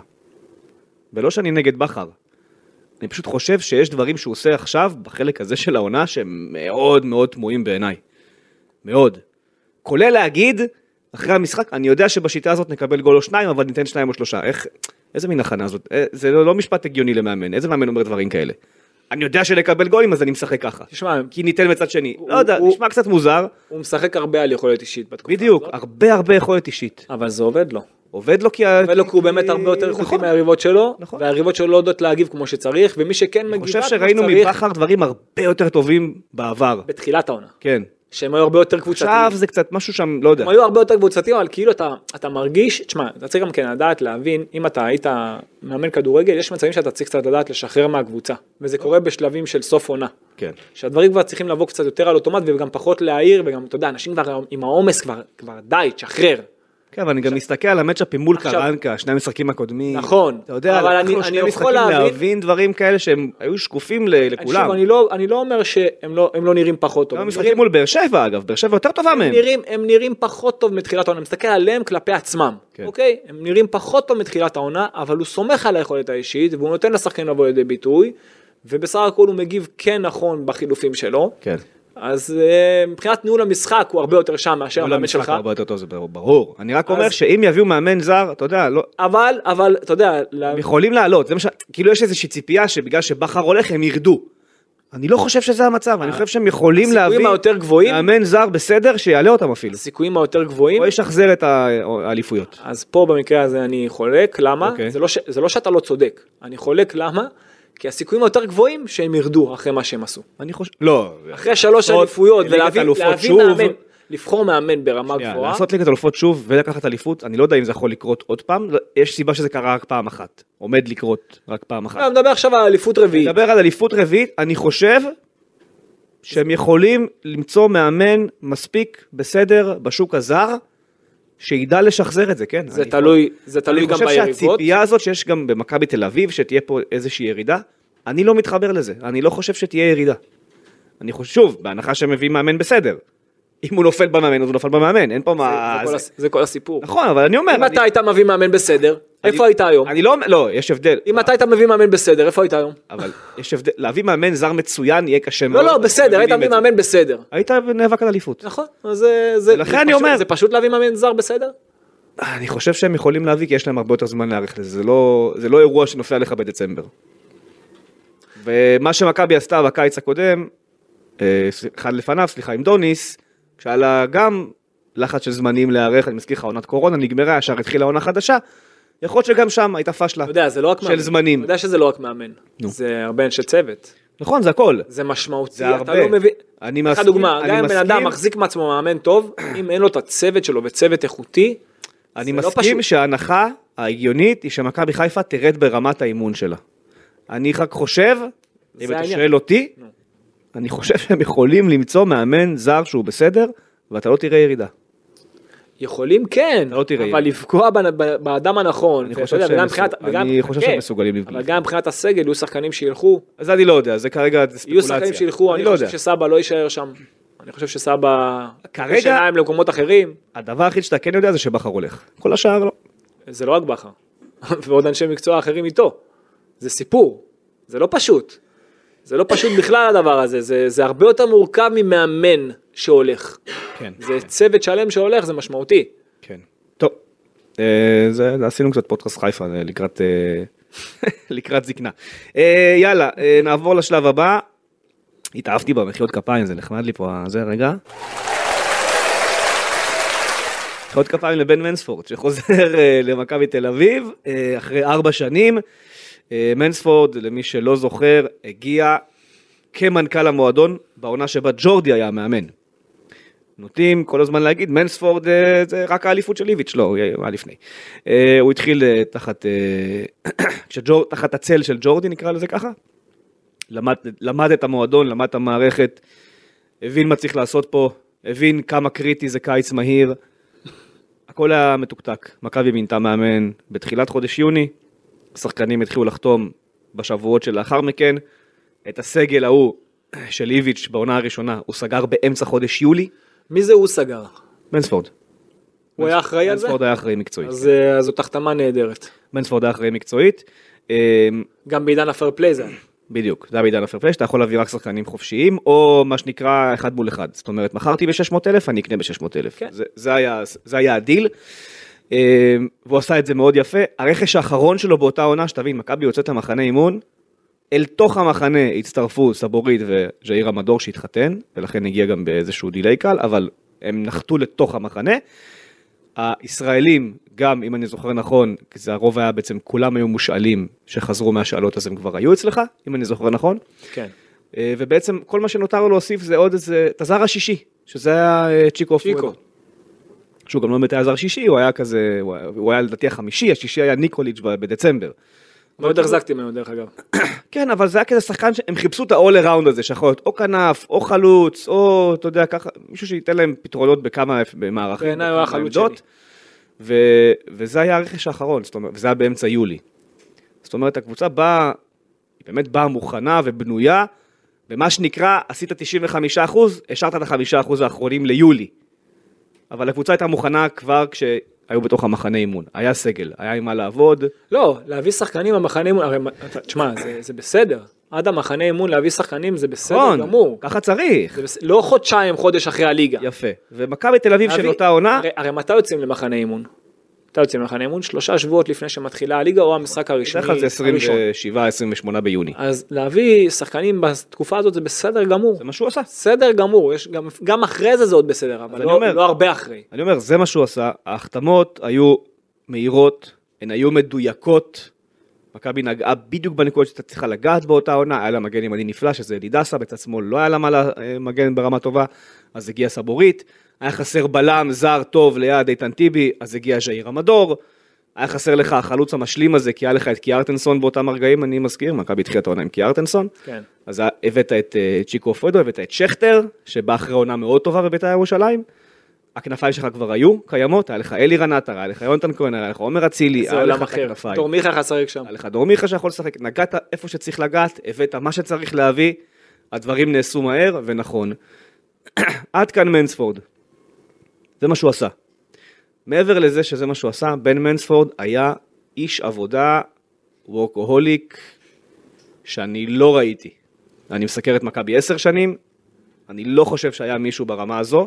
ולא שאני נגד בחר. אני פשוט חושב שיש דברים שהוא עושה עכשיו, בחלק הזה של העונה, שהם מאוד מאוד תמוהים בעיניי. מאוד. כולל להגיד, אחרי המשחק, אני יודע שבשיטה הזאת נקבל גול או שניים, אבל ניתן שניים או שלושה. איך, איזה מין הכנה הזאת? זה לא, לא משפט הגיוני למאמן. איזה מאמן אומר דברים כאלה? אני יודע שלקבל גולים, אז אני משחק ככה. תשמע, כי ניתן מצד שני. הוא, לא יודע, הוא, נשמע קצת מוזר. הוא משחק הרבה על יכולת אישית בתקופה בדיוק, הזאת. הרבה הרבה יכולת אישית. אבל זה עובד לו. עובד לו כי... עובד לו כי הוא באמת הרבה יותר איכותי מהיריבות שלו, והיריבות שלו לא יודעות להגיב כמו שצריך, ומי שכן מגיבה כמו שצריך... אני חושב שראינו מבחר דברים הרבה יותר טובים בעבר. בתחילת העונה. כן. שהם היו הרבה יותר קבוצתיים. עכשיו זה קצת משהו שם, לא יודע. הם היו הרבה יותר קבוצתיים, אבל כאילו אתה, אתה מרגיש, תשמע, אתה צריך גם כן לדעת להבין, אם אתה היית מאמן כדורגל, יש מצבים שאתה צריך קצת לדעת לשחרר מהקבוצה, וזה קורה בשלבים של סוף עונה. כן. שהדברים כבר צריכים לבוא קצת יותר על אוטומט, וגם פחות להעיר, וגם, אתה יודע, אנשים כבר עם העומס כבר, כבר די, תשחרר. כן, אבל אני גם מסתכל על המצ'אפים מול קרנקה, שני המשחקים הקודמים. נכון. אתה יודע, אבל אני, אני יכול להבין... להבין דברים כאלה שהם היו שקופים לכולם. שוב, אני לא, אני לא אומר שהם לא, הם לא נראים פחות טוב. הם משחקים מול באר שבע, אגב, באר שבע יותר טובה מהם. נראים, הם נראים פחות טוב מתחילת העונה, אני מסתכל עליהם כלפי עצמם. כן. אוקיי? הם נראים פחות טוב מתחילת העונה, אבל הוא סומך על היכולת האישית, והוא נותן לשחקן לבוא לידי ביטוי, ובסך הכל הוא מגיב כן נכון בחילופים שלו. כן. אז מבחינת ניהול המשחק הוא הרבה יותר שם מאשר המאמן שלך. הרבה יותר טוב, זה ברור. אני רק אומר שאם יביאו מאמן זר, אתה יודע, לא... אבל, אבל, אתה יודע... הם יכולים לעלות, זה מה ש... כאילו יש איזושהי ציפייה שבגלל שבחר הולך הם ירדו. אני לא חושב שזה המצב, אני חושב שהם יכולים להביא מאמן זר בסדר שיעלה אותם אפילו. הסיכויים היותר גבוהים. או ישחזר את האליפויות. אז פה במקרה הזה אני חולק, למה? זה לא שאתה לא צודק. אני חולק, למה? כי הסיכויים היותר גבוהים שהם ירדו אחרי מה שהם עשו. אני חושב, לא. אחרי שלוש אליפויות, ולהביא מאמן, לבחור מאמן ברמה גבוהה. לעשות ליגת אלופות שוב ולקחת אליפות, אני לא יודע אם זה יכול לקרות עוד פעם, יש סיבה שזה קרה רק פעם אחת, עומד לקרות רק פעם אחת. אני מדבר עכשיו על אליפות רביעית. אני מדבר על אליפות רביעית, אני חושב שהם יכולים למצוא מאמן מספיק בסדר בשוק הזר, שידע לשחזר את זה, כן? זה תלוי, זה תלוי גם ביריבות. אני חושב שהציפייה הזאת שיש גם במכבי תל אביב, שתהיה פה איזושהי ירידה, אני לא מתחבר לזה, אני לא חושב שתהיה ירידה. אני חושב, שוב, בהנחה שמביא מאמן בסדר. אם הוא נופל במאמן, אז הוא נופל במאמן, אין פה מה... זה כל הסיפור. נכון, אבל אני אומר... אם אתה היית מביא מאמן בסדר, איפה היית היום? אני לא, לא, יש הבדל. אם אתה היית מביא מאמן בסדר, איפה היית היום? אבל יש הבדל, להביא מאמן זר מצוין יהיה קשה מאוד. לא, לא, בסדר, היית מביא מאמן בסדר. היית נאבק על אליפות. נכון, אז זה... לכן אני אומר... זה פשוט להביא מאמן זר בסדר? אני חושב שהם יכולים להביא, כי יש להם הרבה יותר זמן להעריך לזה. זה לא, זה לא אירוע שנופל עליך בדצמבר. ומה שמכבי עשתה בקיץ הקודם, אחד לפניו, סליחה, עם דוניס, כשהיה לה גם לחץ של זמנים להערך, אני מזכיר לך, עונת קורונה נגמרה, ישר התחילה עונה חדשה, יכול להיות שגם שם הייתה פשלה של זמנים. אתה יודע שזה לא רק מאמן, זה הרבה אנשי צוות. נכון, זה הכל. זה משמעותי, אתה לא מבין. אני מסכים. דוגמה, גם אם בן אדם מחזיק מעצמו מאמן טוב, אם אין לו את הצוות שלו וצוות איכותי, אני מסכים שההנחה ההגיונית היא שמכבי חיפה תרד ברמת האימון שלה. אני רק חושב, אם אתה שואל אותי, אני חושב שהם יכולים למצוא מאמן זר שהוא בסדר, ואתה לא תראה ירידה. יכולים כן, לא תראה. אבל לפגוע באדם הנכון. אני חושב שהם מסוגלים לבגוף. אבל גם מבחינת הסגל, יהיו שחקנים שילכו. אז אני לא יודע, זה כרגע ספקולציה. יהיו שחקנים שילכו, אני חושב שסבא לא יישאר שם. אני חושב שסבא... כרגע... שניים למקומות אחרים. הדבר הכי שאתה כן יודע זה שבחר הולך. כל השאר לא. זה לא רק בחר. ועוד אנשי מקצוע אחרים איתו. זה סיפור. זה לא פשוט. זה לא פשוט בכלל הדבר הזה. זה, זה הרבה יותר מורכב ממאמן שהולך. כן. זה צוות שלם שהולך, זה משמעותי. כן. טוב. זה, עשינו קצת פודקאסט חיפה לקראת, לקראת זקנה. יאללה, נעבור לשלב הבא. התאהבתי במחיאות כפיים, זה נחמד לי פה, זה רגע. מחיאות כפיים לבן מנספורד, שחוזר למכבי תל אביב, אחרי ארבע שנים. מנספורד, למי שלא זוכר, הגיע כמנכ"ל המועדון, בעונה שבה ג'ורדי היה המאמן. נוטים כל הזמן להגיד, מנספורד זה רק האליפות של איביץ', לא, הוא היה לפני. הוא התחיל תחת, תחת הצל של ג'ורדי, נקרא לזה ככה. למד, למד את המועדון, למד את המערכת, הבין מה צריך לעשות פה, הבין כמה קריטי זה קיץ מהיר, הכל היה מתוקתק. מכבי מינתה מאמן בתחילת חודש יוני, השחקנים התחילו לחתום בשבועות שלאחר מכן, את הסגל ההוא של איביץ' בעונה הראשונה, הוא סגר באמצע חודש יולי. מי זה הוא סגר? מנספורד. הוא היה אחראי על זה? מנספורד היה אחראי מקצועית. אז זאת החתמה נהדרת. מנספורד היה אחראי מקצועית. גם בעידן הפייר פליי זה. בדיוק, זה היה בעידן הפייר פליי, שאתה יכול להביא רק שחקנים חופשיים, או מה שנקרא אחד מול אחד. זאת אומרת, מכרתי ב-שש מאות אלף, אני אקנה ב-שש מאות אלף. זה, זה היה, זה היה הדיל. והוא עשה את זה מאוד יפה. הרכש האחרון שלו באותה עונה, שתבין, מכבי יוצאת למחנה אימון, אל תוך המחנה הצטרפו סבורית וז'איר המדור שהתחתן, ולכן הגיע גם באיזשהו דילי קל, אבל הם נחתו לתוך המחנה. הישראלים, גם אם אני זוכר נכון, כי זה הרוב היה בעצם, כולם היו מושאלים שחזרו מהשאלות, אז הם כבר היו אצלך, אם אני זוכר נכון. כן. ובעצם כל מה שנותר לו להוסיף זה עוד איזה, תזר השישי, שזה היה צ'יקו. צ'יקו. שהוא גם לא באמת היה זר שישי, הוא היה כזה, הוא היה לדעתי החמישי, השישי היה ניקוליץ' בדצמבר. מאוד החזקתי ממנו דרך אגב. כן, אבל זה היה כזה שחקן שהם חיפשו את ה-all around הזה, שיכול להיות או כנף, או חלוץ, או, אתה יודע, ככה, מישהו שייתן להם פתרונות בכמה מערכים. בעיניי הוא היה חלוץ שני. וזה היה הרכש האחרון, זאת אומרת, וזה היה באמצע יולי. זאת אומרת, הקבוצה באה, היא באמת באה מוכנה ובנויה, ומה שנקרא, עשית תשעים וחמישה אחוז, השארת את ה-חמישה אחוז האחרונים ליולי. אבל הקבוצה הייתה מוכנה כבר כשהיו בתוך המחנה אימון. היה סגל, היה עם מה לעבוד. לא, להביא שחקנים במחנה אימון, הרי, תשמע, זה, זה בסדר. עד המחנה אימון להביא שחקנים זה בסדר גמור. ככה צריך. בס... לא חודשיים, חודש אחרי הליגה. יפה. ומכבי תל אביב של אותה עונה. הרי, הרי מתי יוצאים למחנה אימון? מתי יוצאים למחנה אימון? שלושה שבועות לפני שמתחילה הליגה או המשחק הרשמי הראשון. זה עשרים ושבע עשרים ושמונה ביוני. אז להביא שחקנים בתקופה הזאת זה בסדר גמור. זה מה שהוא עשה. בסדר גמור. יש גם, גם אחרי זה זה עוד בסדר, אבל לא, אומר, לא הרבה אחרי. אני אומר, זה מה שהוא עשה. ההחתמות היו מהירות, הן היו מדויקות. מכבי נגעה בדיוק בנקודות שאתה צריכה לגעת באותה עונה, היה לה מגן ימני נפלא, שזה לידסה, בצד שמאל לא היה לה מה למגן ברמה טובה, אז הגיע סבורית, היה חסר בלם זר טוב ליד איתן טיבי, אז הגיע ז'איר המדור, היה חסר לך החלוץ המשלים הזה, כי היה לך את קיארטנסון באותם הרגעים, אני מזכיר, מכבי התחילה את העונה עם קיארטנסון, כן. אז הבאת את צ'יקו פרדו, הבאת את שכטר, שבא אחרי עונה מאוד טובה בבית"ר ירושלים, הכנפיים שלך כבר היו קיימות, היה לך אלי רנטר, היה לך יונתן כהן, היה לך עומר אצילי, היה לך את הכנפיים. דור מיכה חסריק שם. היה לך דור מיכה שיכול לשחק, נגעת איפה שצריך לגעת, הבאת מה שצריך להביא, הדברים נעשו מהר ונכון. עד כאן מנספורד. זה מה שהוא עשה. מעבר לזה שזה מה שהוא עשה, בן מנספורד היה איש עבודה, וורקוהוליק, שאני לא ראיתי. אני מסקר את מכבי עשר שנים, אני לא חושב שהיה מישהו ברמה הזו,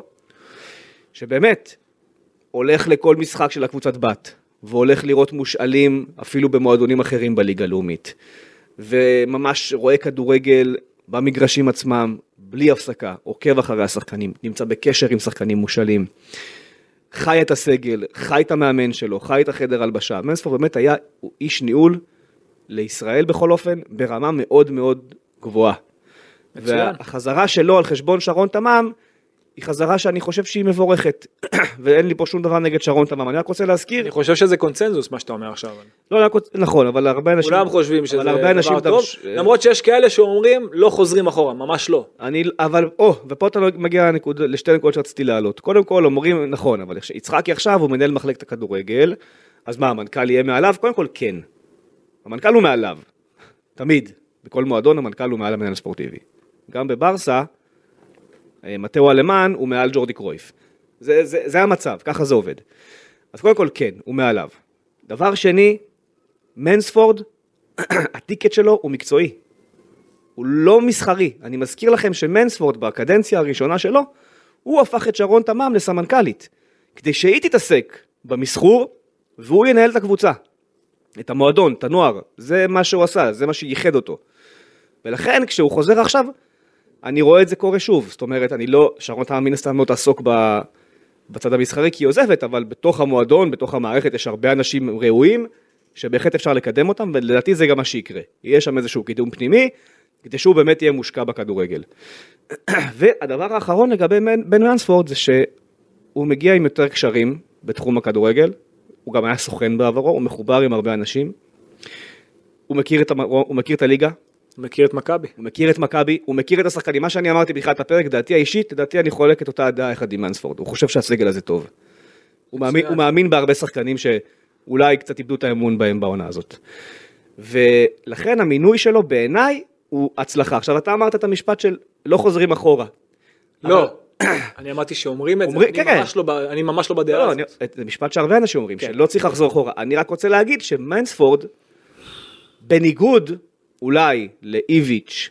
שבאמת הולך לכל משחק של הקבוצת בת, והולך לראות מושאלים אפילו במועדונים אחרים בליגה הלאומית, וממש רואה כדורגל במגרשים עצמם, בלי הפסקה, עוקב אחרי השחקנים, נמצא בקשר עם שחקנים מושאלים, חי את הסגל, חי את המאמן שלו, חי את החדר הלבשה. מנספורד באמת היה איש ניהול לישראל בכל אופן, ברמה מאוד מאוד גבוהה. והחזרה שלו על חשבון שרון תמם, היא חזרה שאני חושב שהיא מבורכת, ואין לי פה שום דבר נגד שרון תמם, אני רק רוצה להזכיר. אני חושב שזה קונצנזוס מה שאתה אומר עכשיו. לא, נכון, אבל הרבה אנשים... כולם חושבים שזה דבר טוב, למרות שיש כאלה שאומרים לא חוזרים אחורה, ממש לא. אני, אבל, או, ופה אתה מגיע לשתי נקודות שרציתי להעלות. קודם כל אומרים, נכון, אבל יצחקי עכשיו הוא מנהל מחלקת הכדורגל, אז מה, המנכ"ל יהיה מעליו? קודם כל כן. המנכ"ל הוא מעליו. תמיד. בכל מועדון המנכ"ל הוא מעל המנהל הספורטיבי. גם בברסה, מתאו אלמן הוא מעל ג'ורדי קרויף. זה, זה, זה המצב, ככה זה עובד. אז קודם כל כן, הוא מעליו. דבר שני, מנספורד, הטיקט שלו הוא מקצועי. הוא לא מסחרי. אני מזכיר לכם שמנספורד בקדנציה הראשונה שלו, הוא הפך את שרון תמם לסמנכ"לית. כדי שהיא תתעסק במסחור, והוא ינהל את הקבוצה. את המועדון, את הנוער. זה מה שהוא עשה, זה מה שייחד אותו. ולכן כשהוא חוזר עכשיו, אני רואה את זה קורה שוב, זאת אומרת, אני לא, שרון תמם מן הסתם לא תעסוק בצד המסחרי כי היא עוזבת, אבל בתוך המועדון, בתוך המערכת, יש הרבה אנשים ראויים, שבהחלט אפשר לקדם אותם, ולדעתי זה גם מה שיקרה. יש שם איזשהו קידום פנימי, כדי שהוא באמת יהיה מושקע בכדורגל. והדבר האחרון לגבי בן מנספורד, זה שהוא מגיע עם יותר קשרים בתחום הכדורגל, הוא גם היה סוכן בעברו, הוא מחובר עם הרבה אנשים, הוא מכיר את, הוא מכיר את הליגה, הוא מכיר את מכבי. הוא מכיר את מכבי, הוא מכיר את השחקנים. מה שאני אמרתי בתחילת הפרק, דעתי האישית, דעתי אני חולק את אותה הדעה אחד עם מנספורד. הוא חושב שהסגל הזה טוב. הוא מאמין, הוא מאמין בהרבה שחקנים שאולי קצת איבדו את האמון בהם בעונה הזאת. ולכן המינוי שלו בעיניי הוא הצלחה. עכשיו אתה אמרת את המשפט של לא חוזרים אחורה. לא, אני אמרתי שאומרים את זה, אני ממש לא בדעה הזאת. זה משפט שהרבה אנשים אומרים, שלא צריך לחזור אחורה. אני רק רוצה להגיד שמנספורד, בניגוד אולי לאיביץ'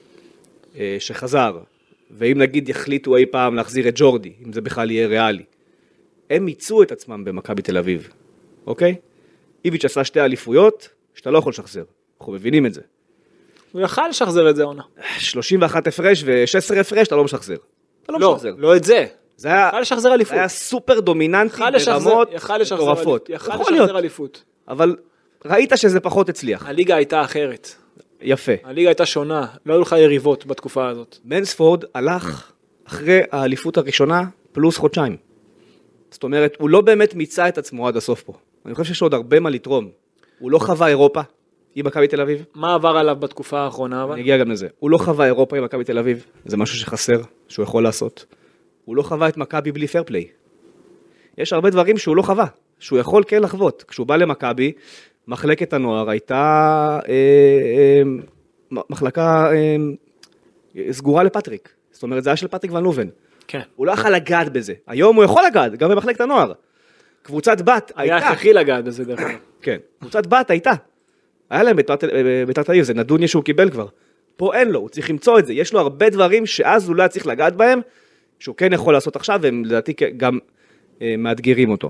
שחזר, ואם נגיד יחליטו אי פעם להחזיר את ג'ורדי, אם זה בכלל יהיה ריאלי, הם ייצאו את עצמם במכבי תל אביב, אוקיי? איביץ' עשה שתי אליפויות, שאתה לא יכול לשחזר, אנחנו מבינים את זה. הוא יכל לשחזר את זה עונה. שלושים ואחת הפרש ו-שש עשרה הפרש, אתה לא משחזר. אתה לא משחזר. לא, לא את זה. זה היה, יכל לשחזר אליפות. זה היה סופר דומיננטי ברמות מטורפות. יכל לשחזר אליפות. אבל ראית שזה פחות הצליח. הליגה הייתה אחרת. יפה. הליגה הייתה שונה, לא היו לך יריבות בתקופה הזאת. מנספורד הלך אחרי האליפות הראשונה פלוס חודשיים. זאת אומרת, הוא לא באמת מיצה את עצמו עד הסוף פה. אני חושב שיש עוד הרבה מה לתרום. הוא לא חווה אירופה עם מכבי תל אביב. מה עבר עליו בתקופה האחרונה? אבל? אני אגיע גם לזה. הוא לא חווה אירופה עם מכבי תל אביב. זה משהו שחסר, שהוא יכול לעשות. הוא לא חווה את מכבי בלי פייר פליי. יש הרבה דברים שהוא לא חווה, שהוא יכול כן לחוות. כשהוא בא למכבי, מחלקת הנוער הייתה אה, אה, מחלקה אה, סגורה לפטריק. זאת אומרת, זה היה של פטריק ון לובן. כן. הוא לא יכול לגעת בזה. היום הוא יכול לגעת, גם במחלקת הנוער. קבוצת בת הייתה. היה הכי לגעת בזה דרך כלל. כן, קבוצת בת הייתה. היה להם ביתר תל אביב, זה נדוניה שהוא קיבל כבר. פה אין לו, הוא צריך למצוא את זה. יש לו הרבה דברים שאז הוא לא צריך לגעת בהם, שהוא כן יכול לעשות עכשיו, והם לדעתי גם אה, מאתגרים אותו.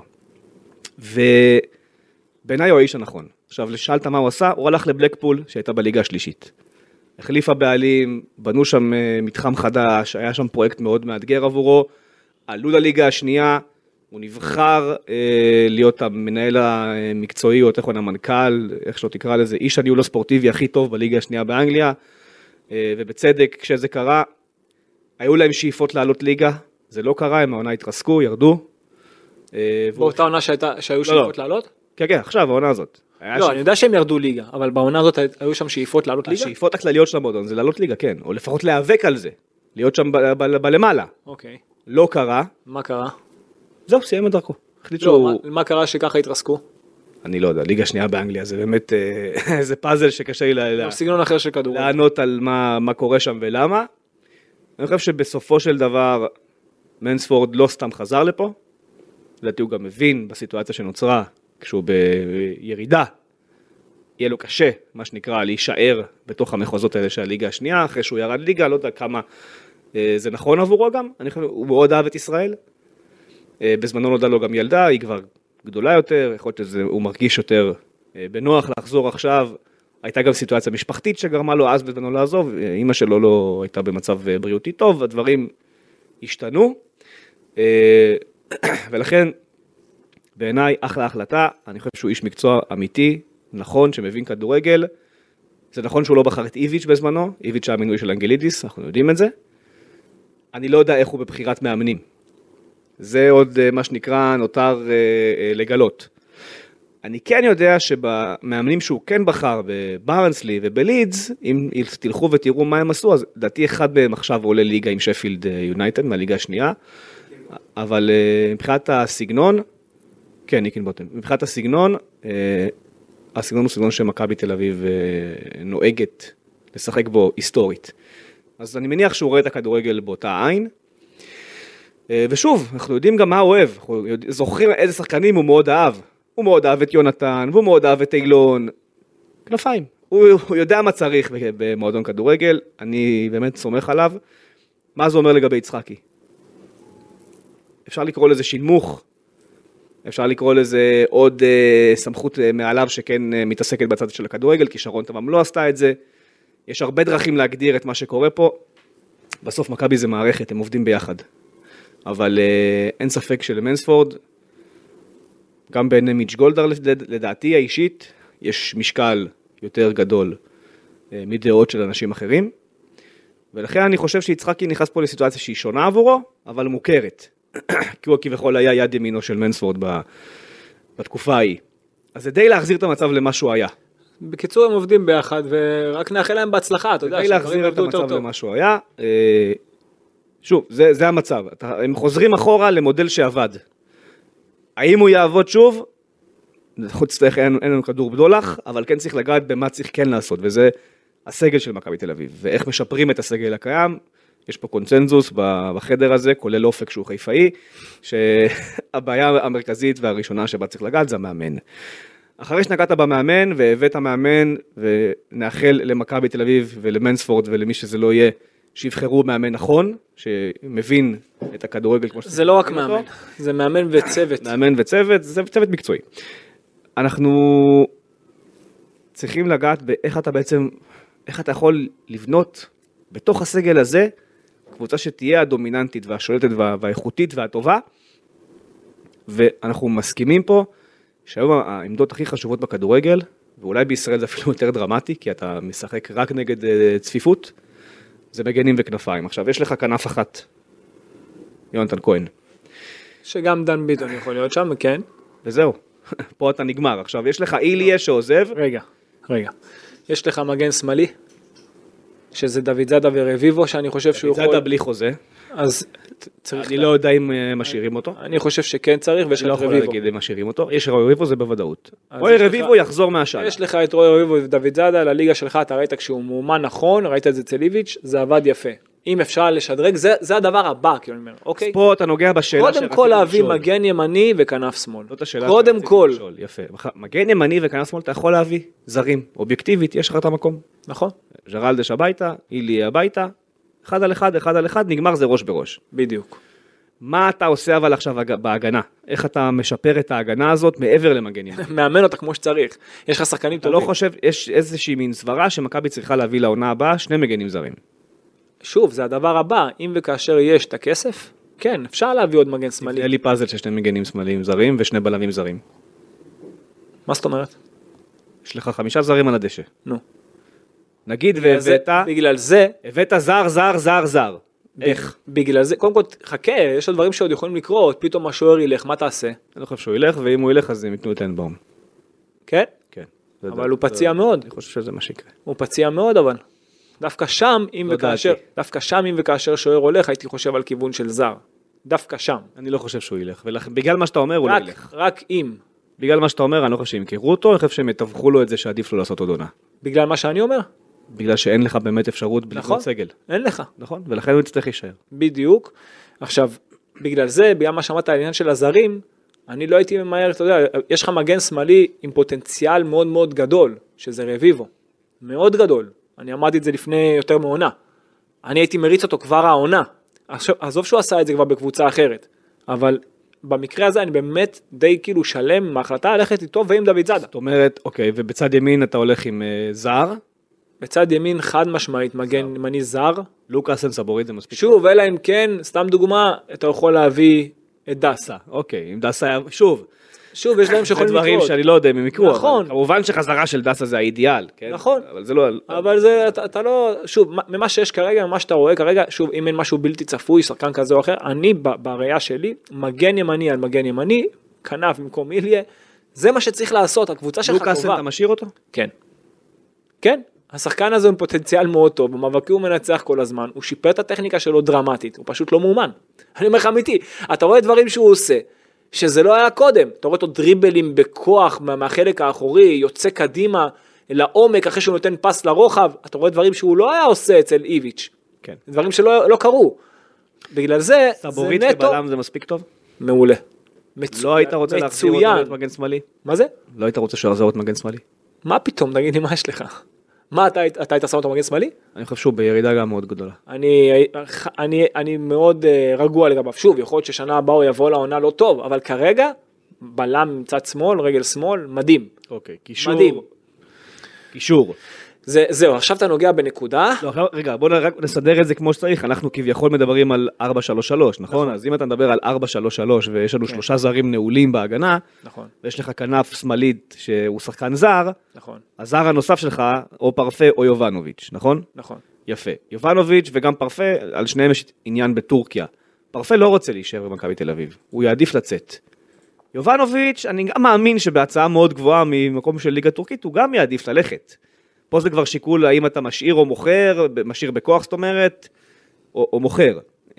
ובעיניי הוא האיש הנכון. עכשיו, לשאלת מה הוא עשה, הוא הלך לבלקפול, שהייתה בליגה השלישית. החליפה בעלים, בנו שם אה, מתחם חדש, היה שם פרויקט מאוד מאתגר עבורו, עלו לליגה השנייה, הוא נבחר אה, להיות המנהל המקצועי, או תכון המנכ"ל, איך שלא תקרא לזה, איש הניהול הספורטיבי הכי טוב בליגה השנייה באנגליה, אה, ובצדק כשזה קרה, היו להם שאיפות לעלות ליגה, זה לא קרה, הם העונה התרסקו, ירדו. אה, באותה עונה שהייתה, שהיו לא, שאיפות לא. לעלות? כן, כן, עכשיו העונה הזאת. לא, ש... אני יודע שהם ירדו ליגה, אבל בעונה הזאת היו שם שאיפות לעלות ליגה? השאיפות הכלליות של המועדון זה לעלות ליגה, כן, או לפחות להיאבק על זה, להיות שם בלמעלה. אוקיי. לא קרה. מה קרה? זהו, סיים את דרכו. לא, שהוא... מה, מה קרה שככה התרסקו? אני לא יודע, ליגה שנייה באנגליה, זה באמת, זה פאזל שקשה לי לה... סגנון אחר של כדורגל. לענות על מה, מה קורה שם ולמה. אני חושב שבסופו של דבר, מנספורד לא סתם חזר לפה, לדעתי הוא גם מבין בסיטואציה שנוצרה, כשהוא בירידה, יהיה לו קשה, מה שנקרא, להישאר בתוך המחוזות האלה של הליגה השנייה, אחרי שהוא ירד ליגה, לא יודע כמה זה נכון עבורו גם, אני חושב, הוא מאוד אהב את ישראל, בזמנו נולדה לו גם ילדה, היא כבר גדולה יותר, יכול להיות שהוא מרגיש יותר בנוח לחזור עכשיו, הייתה גם סיטואציה משפחתית שגרמה לו אז בזמנו לעזוב, אמא שלו לא הייתה במצב בריאותי טוב, הדברים השתנו, ולכן בעיניי אחלה החלטה, אני חושב שהוא איש מקצוע אמיתי, נכון, שמבין כדורגל, זה נכון שהוא לא בחר את איביץ' בזמנו, איביץ' היה מינוי של אנגלידיס, אנחנו יודעים את זה, אני לא יודע איך הוא בבחירת מאמנים. זה עוד מה שנקרא נותר לגלות. אני כן יודע שבמאמנים שהוא כן בחר בברנסלי ובלידס, אם תלכו ותראו מה הם עשו, אז דעתי אחד מהם עכשיו עולה ליגה עם שפילד יונייטד מהליגה השנייה, אבל מבחינת הסגנון, כן, ניקין בוטן, מבחינת הסגנון, הסגנון הוא סגנון שמכבי תל אביב נוהגת לשחק בו היסטורית. אז אני מניח שהוא רואה את הכדורגל באותה עין, ושוב, אנחנו יודעים גם מה הוא אוהב, אנחנו זוכרים איזה שחקנים הוא מאוד אהב, הוא מאוד אהב את יונתן, והוא מאוד אהב את אילון, כנפיים, הוא, הוא יודע מה צריך במועדון כדורגל, אני באמת סומך עליו. מה זה אומר לגבי יצחקי? אפשר לקרוא לזה שינמוך, אפשר לקרוא לזה עוד אה, סמכות אה, מעליו שכן אה, מתעסקת בצד של הכדורגל, כי שרון תמם לא עשתה את זה, יש הרבה דרכים להגדיר את מה שקורה פה, בסוף מכבי זה מערכת, הם עובדים ביחד, אבל אה, אין ספק שלמנספורד, גם בעיני מיץ' גולדהר לדעתי האישית, יש משקל יותר גדול אה, מדעות של אנשים אחרים, ולכן אני חושב שיצחקי נכנס פה לסיטואציה שהיא שונה עבורו, אבל מוכרת, כי הוא כביכול היה יד ימינו של מנספורד בתקופה ההיא. אז זה די להחזיר את המצב למה שהוא היה. בקיצור הם עובדים ביחד, ורק נאחל להם בהצלחה, אתה יודע, די להחזיר את המצב למה שהוא היה. שוב, זה, זה המצב. הם חוזרים אחורה למודל שעבד. האם הוא יעבוד שוב? חוץ צריך, אין, אין לנו כדור בדולח, אבל כן צריך לגעת במה צריך כן לעשות, וזה הסגל של מכבי תל אביב, ואיך משפרים את הסגל הקיים. יש פה קונצנזוס בחדר הזה, כולל אופק שהוא חיפאי, שהבעיה המרכזית והראשונה שבה צריך לגעת זה המאמן. אחרי שנגעת במאמן והבאת מאמן, ונאחל למכבי תל אביב ולמנספורד ולמי שזה לא יהיה, שיבחרו מאמן נכון, שמבין את הכדורגל כמו שצריך. זה לא רק מאמן, זה מאמן וצוות. מאמן וצוות, זה צוות מקצועי. אנחנו צריכים לגעת באיך אתה בעצם, איך אתה יכול לבנות בתוך הסגל הזה, קבוצה שתהיה הדומיננטית והשולטת והאיכותית והטובה, ואנחנו מסכימים פה שהיום העמדות הכי חשובות בכדורגל, ואולי בישראל זה אפילו יותר דרמטי, כי אתה משחק רק נגד צפיפות, זה מגנים וכנפיים. עכשיו, יש לך כנף אחת, יונתן כהן. שגם דן ביטון יכול להיות שם, כן. וזהו, פה אתה נגמר. עכשיו, יש לך איליה שעוזב. רגע, רגע. יש לך מגן שמאלי, שזה דוד זאדה ורביבו, שאני חושב שהוא יכול... דוד זאדה בלי חוזה. אז צריך... אני לא יודע אם משאירים אותו. אני חושב שכן צריך, ויש לך רביבו. אני לא יכול להגיד אם משאירים אותו. יש רוי רביבו, זה בוודאות. רוי רביבו יחזור מהשאלה. יש לך את רוי רביבו ודוד זאדה, לליגה שלך, אתה ראית כשהוא מאומן נכון, ראית את זה צליביץ', זה עבד יפה. אם אפשר לשדרג, זה, זה הדבר הבא, כאילו, אומר, אוקיי? פה אתה נוגע בשאלה קודם כל להביא מגן ימני וכנף שמאל. זאת השאלה קודם כל. יפה. מגן ימני וכנף שמאל, אתה יכול להביא זרים. אובייקטיבית, יש לך את המקום. נכון. ג'רלדש הביתה, אילי הביתה, אחד על אחד, אחד על אחד, נגמר זה ראש בראש. בדיוק. מה אתה עושה אבל עכשיו בהגנה? איך אתה משפר את ההגנה הזאת מעבר למגן ימני? מאמן אותה כמו שצריך. יש לך שחקנים טובים. אתה לא חושב, יש איזושהי מין סברה שמכבי צריכה להביא לעונה הבאה שני מגנים זרים. שוב, זה הדבר הבא, אם וכאשר יש את הכסף, כן, אפשר להביא עוד מגן שמאלי. תהיה לי פאזל של שני מגנים שמאליים זרים ושני בלמים זרים. מה זאת אומרת? יש לך חמישה זרים על הדשא. נו. נגיד והבאת... בגלל זה... הבאת זר, זר, זר, זר. איך? בגלל זה, קודם כל, חכה, יש עוד דברים שעוד יכולים לקרות, פתאום השוער ילך, מה תעשה? אני לא חושב שהוא ילך, ואם הוא ילך אז הם יתנו את טנבאום. כן? כן. אבל הוא פציע מאוד. אני חושב שזה מה שיקרה. הוא פציע מאוד, אבל... דווקא שם, אם וכאשר, דווקא שם, אם וכאשר שוער הולך, הייתי חושב על כיוון של זר. דווקא שם. אני לא חושב שהוא ילך, ובגלל מה שאתה אומר, הוא לא ילך. רק אם. בגלל מה שאתה אומר, אני לא חושב שהם יכירו אותו, אני חושב שהם יתווכו לו את זה שעדיף לו לעשות עוד עונה. בגלל מה שאני אומר? בגלל שאין לך באמת אפשרות בלי נכון, סגל. אין לך. נכון, ולכן הוא יצטרך להישאר. בדיוק. עכשיו, בגלל זה, בגלל מה שמעת העניין של הזרים, אני לא הייתי ממהר, אתה יודע, יש לך מגן שמאלי עם פוטנציאל מאוד מאוד גדול, שזה רביבו. מאוד גדול. אני אמרתי את זה לפני יותר מעונה. אני הייתי מריץ אותו כבר העונה. עכשיו, עזוב שהוא עשה את זה כבר בקבוצה אחרת. אבל במקרה הזה אני באמת די כאילו שלם מההחלטה ללכת איתו ועם דוד זאדה. זאת אומרת, אוקיי, ובצד ימין אתה הולך עם uh, זר. בצד ימין חד משמעית מגן ימני זר. לוקאס אנסבורית זה מספיק. שוב, אלא אם כן, סתם דוגמה, אתה יכול להביא את דסה. אוקיי, אם דסה היה, שוב, שוב, יש להם שיכולים זה דברים לקרות. שאני לא יודע אם הם יקרו, נכון. אבל כמובן שחזרה של דסה זה האידיאל, כן? נכון. אבל זה לא... אבל זה, אתה, אתה לא, שוב, ממה שיש כרגע, ממה שאתה רואה כרגע, שוב, אם אין משהו בלתי צפוי, שחקן כזה או אחר, אני בראייה שלי, מגן ימני על מגן ימני, כנף במקום איליה, זה מה שצריך לעשות, הקבוצה שלך טובה. לוקאסן, אתה משאיר אותו? כן. כן, השחקן הזה הוא פוטנציאל מאוד טוב, במאבקים הוא מנצח כל הזמן, הוא שיפר את הטכניקה שלו דרמטית, הוא פשוט לא מאומן. אני אומר לך אמיתי, אתה רואה דברים שהוא עושה, שזה לא היה קודם, אתה רואה אותו דריבלים בכוח מהחלק האחורי, יוצא קדימה לעומק אחרי שהוא נותן פס לרוחב, אתה רואה דברים שהוא לא היה עושה אצל איביץ', כן. דברים שלא לא קרו. בגלל זה, סבורית זה נטו. כבלם זה מספיק טוב? מעולה. מצוין. לא היית רוצה להחזיר אותו להיות מגן שמאלי? מה זה? לא היית רוצה שהוא יחזור להיות מגן שמאלי? מה פתאום, תגיד לי מה יש לך? מה אתה, אתה היית שם אותו מגן שמאלי? אני חושב שהוא בירידה גם מאוד גדולה. אני, אני, אני מאוד רגוע לגביו. שוב, יכול להיות ששנה הבאה הוא יבוא לעונה לא טוב, אבל כרגע, בלם מצד שמאל, רגל שמאל, מדהים. אוקיי, קישור. מדהים. קישור. זה, זהו, עכשיו אתה נוגע בנקודה. לא, רגע, בוא רק נסדר את זה כמו שצריך, אנחנו כביכול מדברים על ארבע שלוש שלוש, נכון? נכון. אז אם אתה מדבר על ארבע שלוש שלוש ויש לנו כן. שלושה זרים נעולים בהגנה, נכון. ויש לך כנף שמאלית שהוא שחקן זר, נכון. הזר הנוסף שלך, או פרפה או יובנוביץ', נכון? נכון. יפה. יובנוביץ' וגם פרפה, על שניהם יש עניין בטורקיה. פרפה לא רוצה להישאר במכבי תל אביב, הוא יעדיף לצאת. יובנוביץ', אני גם מאמין שבהצעה מאוד גבוהה ממקום של ליגה טורקית, הוא גם יעדיף ללכת. פה זה כבר שיקול האם אתה משאיר או מוכר, משאיר בכוח זאת אומרת, או, או מוכר.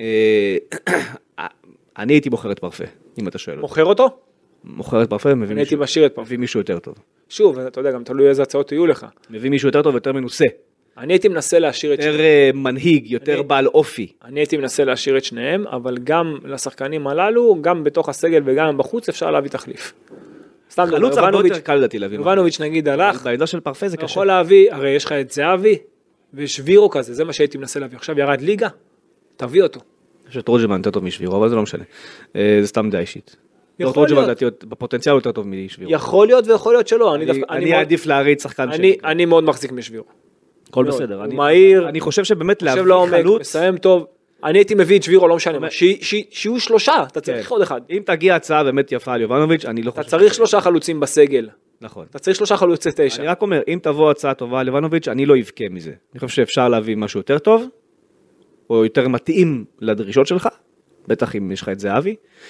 אני הייתי מוכר את פרפה, אם אתה שואל. מוכר אותו? מוכר את פרפה, מביא מישהו, מביא מישהו יותר טוב. שוב, אתה יודע, גם תלוי איזה הצעות יהיו לך. מביא מישהו יותר טוב ויותר מנוסה. אני הייתי מנסה להשאיר את שניהם. יותר מנהיג, יותר בעל אופי. אני הייתי מנסה להשאיר את שניהם, אבל גם לשחקנים הללו, גם בתוך הסגל וגם בחוץ אפשר להביא תחליף. חלוץ הרבה יותר קל לדעתי להביא. יובנוביץ' נגיד הלך. בעמדה של פרפה זה קשה. יכול להביא, הרי יש לך את זהבי, ושבירו כזה, זה מה שהייתי מנסה להביא. עכשיו ירד ליגה, תביא אותו. יש את רוג'מן יותר טוב משבירו, אבל זה לא משנה. זה סתם דעה אישית. רוג'מן לדעתי בפוטנציאל יותר טוב משבירו. יכול להיות ויכול להיות שלא. אני אעדיף להריץ שחקן שלי. אני מאוד מחזיק משבירו. הכל בסדר. הוא מהיר. אני חושב שבאמת להביא חלוץ. מסיים טוב. אני הייתי מביא את שבירו, לא משנה, שיהיו שלושה, אתה צריך עוד אחד. אם תגיע הצעה באמת יפה על יובנוביץ', אני לא חושב... אתה צריך שלושה חלוצים בסגל. נכון. אתה צריך שלושה חלוצי תשע. אני רק אומר, אם תבוא הצעה טובה על יובנוביץ', אני לא אבכה מזה. אני חושב שאפשר להביא משהו יותר טוב, או יותר מתאים לדרישות שלך, בטח אם יש לך את זהבי.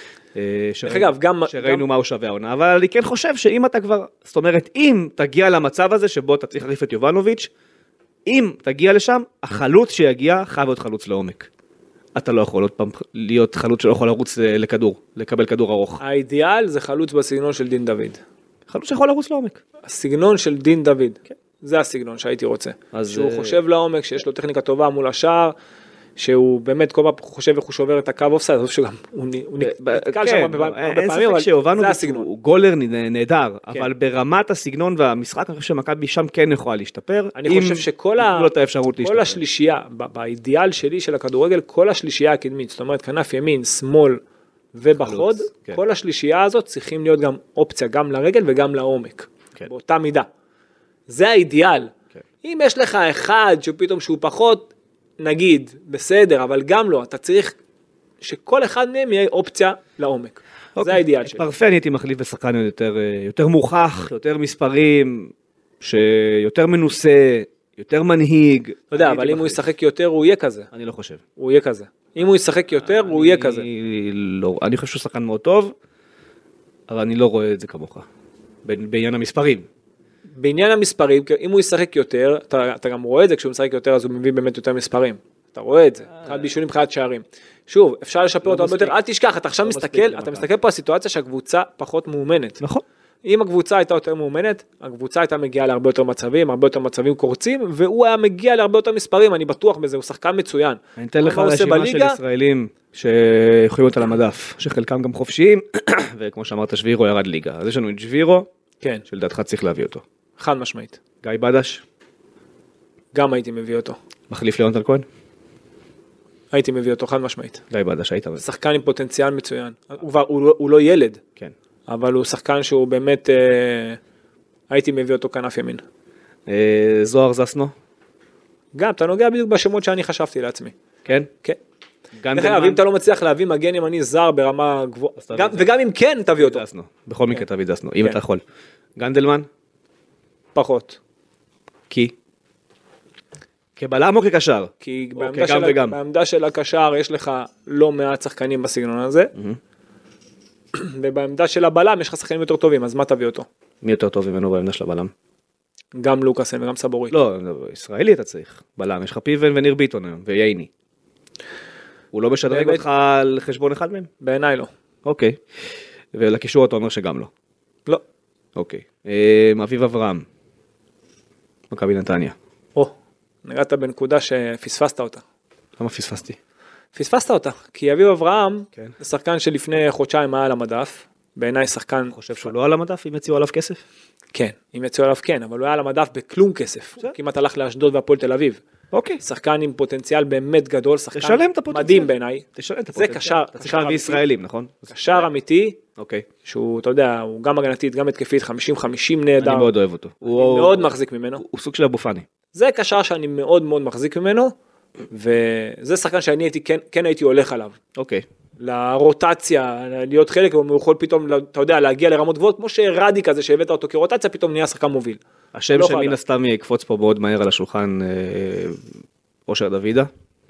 אגב, גם... שראינו מה הוא שווה העונה, אבל אני כן חושב שאם אתה כבר... זאת אומרת, אם תגיע למצב הזה שבו אתה צריך להחליף את יובנוביץ', אם תגיע לשם, החלוץ שיגיע חייב להיות חלוץ לעומק. אתה לא יכול עוד פעם להיות חלוץ שלא יכול לרוץ לכדור, לקבל כדור ארוך. האידיאל זה חלוץ בסגנון של דין דוד. חלוץ שיכול לרוץ לעומק. הסגנון של דין דוד, כן. זה הסגנון שהייתי רוצה. שהוא חושב לעומק, שיש לו טכניקה טובה מול השער, שהוא באמת כל פעם חושב איך הוא שובר את הקו אופסייד, אז שגם הוא נתקל שם הרבה פעמים, אבל זה הסגנון. הוא גולר נהדר, אבל ברמת הסגנון והמשחק, אני חושב שמכבי שם כן יכולה להשתפר. אני חושב שכל השלישייה, באידיאל שלי של הכדורגל, כל השלישייה הקדמית, זאת אומרת כנף ימין, שמאל ובחוד, כל השלישייה הזאת צריכים להיות גם אופציה, גם לרגל וגם לעומק, באותה מידה. זה האידיאל. אם יש לך אחד שפתאום שהוא פחות, נגיד, בסדר, אבל גם לא, אתה צריך שכל אחד מהם יהיה אופציה לעומק. Okay. זה האידיאל שלי. פרפה אני הייתי מחליף בשחקן יותר, יותר מוכח, יותר מספרים, שיותר מנוסה, יותר מנהיג. אתה יודע, אבל אם הוא ישחק יותר, הוא יהיה כזה. אני לא חושב. הוא יהיה כזה. אם הוא ישחק יותר, הוא יהיה כזה. לא, אני חושב שהוא שחקן מאוד טוב, אבל אני לא רואה את זה כמוך, בעניין המספרים. בעניין המספרים, אם הוא ישחק יותר, אתה, אתה גם רואה את זה, כשהוא משחק יותר, אז הוא מביא באמת יותר מספרים. אתה רואה את זה, אחד בישולים, אחד שערים. שוב, אפשר לשפר אותו הרבה יותר, אל תשכח, אתה עכשיו מסתכל, אתה מסתכל פה על הסיטואציה שהקבוצה פחות מאומנת. נכון. אם הקבוצה הייתה יותר מאומנת, הקבוצה הייתה מגיעה להרבה יותר מצבים, הרבה יותר מצבים קורצים, והוא היה מגיע להרבה יותר מספרים, אני בטוח בזה, הוא שחקן מצוין. אני אתן לך רשימה של ישראלים שיכולים אותה למדף, שחלקם גם חופשיים, וכמו שאמרת, שבירו ירד ליגה. אז יש לנו את שבירו, כן. שלדעתך צריך להביא אותו. חד משמעית. גיא בדש? גם הייתי מביא אותו. מחליף ליונתן כהן? הייתי מביא אותו, חד משמעית. גיא בדש, היית מביא. שחקן עם פוטנציאל מצוין. הוא, כבר, הוא, הוא לא ילד. כן. אבל הוא שחקן שהוא באמת, אה, הייתי מביא אותו כנף ימין. אה, זוהר זסנו? גם, אתה נוגע בדיוק בשמות שאני חשבתי לעצמי. כן? כן. דרך אגב, אם אתה לא מצליח להביא מגן ימני זר ברמה גבוהה, וגם אם כן, תביא אותו. בכל מקרה תביא דסנו, אם אתה יכול. גנדלמן? פחות. כי? כבלם או כקשר? כי בעמדה של הקשר יש לך לא מעט שחקנים בסגנון הזה, ובעמדה של הבלם יש לך שחקנים יותר טובים, אז מה תביא אותו? מי יותר טוב ממנו בעמדה של הבלם? גם לוקאסן וגם סבורית. לא, ישראלי אתה צריך. בלם, יש לך פיבן וניר ביטון היום, וייני. הוא לא משדרג אותך על חשבון אחד מהם? בעיניי לא. אוקיי. ולקישור אתה אומר שגם לא? לא. אוקיי. אביב אברהם. מכבי נתניה. או, נגעת בנקודה שפספסת אותה. למה פספסתי? פספסת אותה, כי אביב אברהם, כן. זה שחקן שלפני חודשיים היה על המדף, בעיניי שחקן... חושב שהוא לא על המדף, אם יציעו עליו כסף? כן, אם יציעו עליו כן, אבל הוא היה על המדף בכלום כסף, הוא כמעט הלך לאשדוד והפועל תל אביב. אוקיי. שחקן עם פוטנציאל באמת גדול, שחקן תשלם את הפוטנציאל. מדהים בעיניי. תשלם את זה הפוטנציאל. קשר, אתה צריך להביא ישראלים, נכון? קשר אמיתי, אוקיי. שהוא, אתה יודע, הוא גם הגנתית, גם התקפית, חמישים חמישים נהדר. אני מאוד אוהב אותו. אני מאוד מחזיק ממנו. הוא סוג של אבו פאני. זה קשר שאני מאוד מאוד מחזיק ממנו, וזה שחקן שאני הייתי, כן, כן הייתי הולך עליו. אוקיי. לרוטציה, להיות חלק, הוא יכול פתאום, אתה יודע, להגיע לרמות גבוהות, כמו שרדי כזה שהבאת אותו כרוטציה, פתאום נהיה שחקן מוביל. השם שמן הסתם יקפוץ פה מאוד מהר על השולחן, אושר דוידה.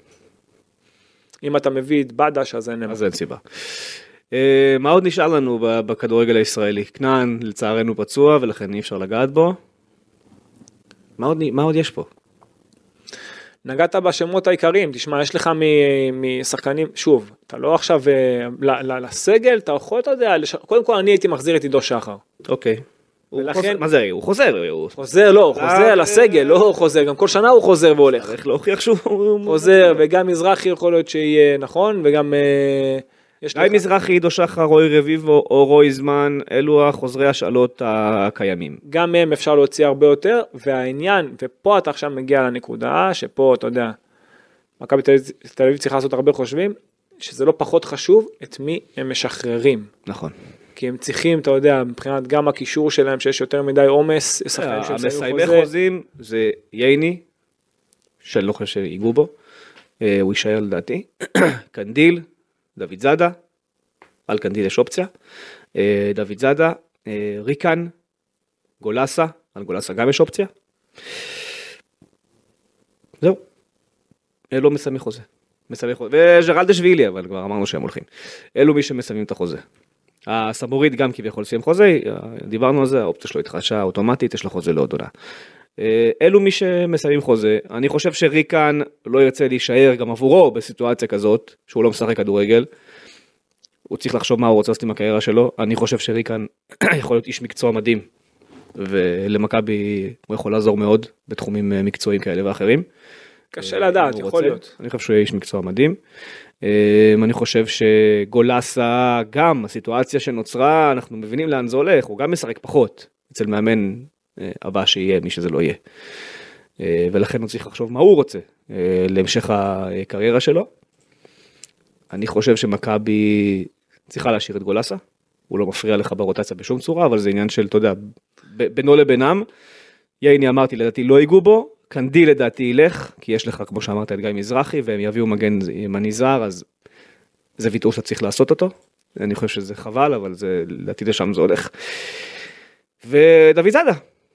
אם אתה מביא את בדש, אז אין אז אין סיבה. מה עוד נשאר לנו בכדורגל הישראלי? כנען, לצערנו פצוע, ולכן אי אפשר לגעת בו. מה עוד, מה עוד יש פה? נגעת בשמות העיקריים, תשמע, יש לך משחקנים, שוב, אתה לא עכשיו לסגל, אתה יכול, אתה יודע, קודם כל אני הייתי מחזיר את עידו שחר. אוקיי. ולכן... מה זה? הוא חוזר. חוזר, לא, חוזר לסגל, לא חוזר, גם כל שנה הוא חוזר והולך. צריך להוכיח שהוא... חוזר, וגם מזרחי יכול להיות שיהיה נכון, וגם... גיא מזרחי, עידו שחר, רועי רביבו או רועי זמן, אלו החוזרי השאלות הקיימים. גם מהם אפשר להוציא הרבה יותר, והעניין, ופה אתה עכשיו מגיע לנקודה, שפה אתה יודע, מכבי תל אביב צריכה לעשות הרבה חושבים, שזה לא פחות חשוב את מי הם משחררים. נכון. כי הם צריכים, אתה יודע, מבחינת גם הקישור שלהם, שיש יותר מדי עומס, המסיימי חוזים זה ייני, שאני לא חושב שיגעו בו, הוא יישאר לדעתי, קנדיל, דוד זאדה, על קנדיל יש אופציה, דוד זאדה, ריקן, גולסה, על גולסה גם יש אופציה, זהו, אלו מסיימי חוזה, מסיימי חוזה, וג'רלדשווילי, אבל כבר אמרנו שהם הולכים, אלו מי שמסיימים את החוזה. הסבורית גם כביכול סיים חוזה, דיברנו על זה, האופציה שלו התחדשה אוטומטית, יש לו חוזה לעוד עונה. אלו מי שמסיימים חוזה, אני חושב שריקן לא ירצה להישאר גם עבורו בסיטואציה כזאת, שהוא לא משחק כדורגל, הוא צריך לחשוב מה הוא רוצה לעשות עם הקריירה שלו, אני חושב שריקן יכול להיות איש מקצוע מדהים, ולמכבי הוא יכול לעזור מאוד, בתחומים מקצועיים כאלה ואחרים. קשה לדעת, יכול להיות. אני חושב שהוא יהיה איש מקצוע מדהים, אני חושב שגולסה גם, הסיטואציה שנוצרה, אנחנו מבינים לאן זה הולך, הוא גם משחק פחות, אצל מאמן הבא שיהיה, מי שזה לא יהיה. ולכן הוא צריך לחשוב מה הוא רוצה, להמשך הקריירה שלו. אני חושב שמכבי צריכה להשאיר את גולסה, הוא לא מפריע לך ברוטציה בשום צורה, אבל זה עניין של, אתה יודע, בינו לבינם, ייני אמרתי לדעתי לא ייגעו בו, קנדיל לדעתי ילך, כי יש לך, כמו שאמרת, את גיא מזרחי, והם יביאו מגן ימני זר, אז זה ויתור שאתה צריך לעשות אותו. אני חושב שזה חבל, אבל זה, לדעתי לשם זה הולך. ודוד זאדה,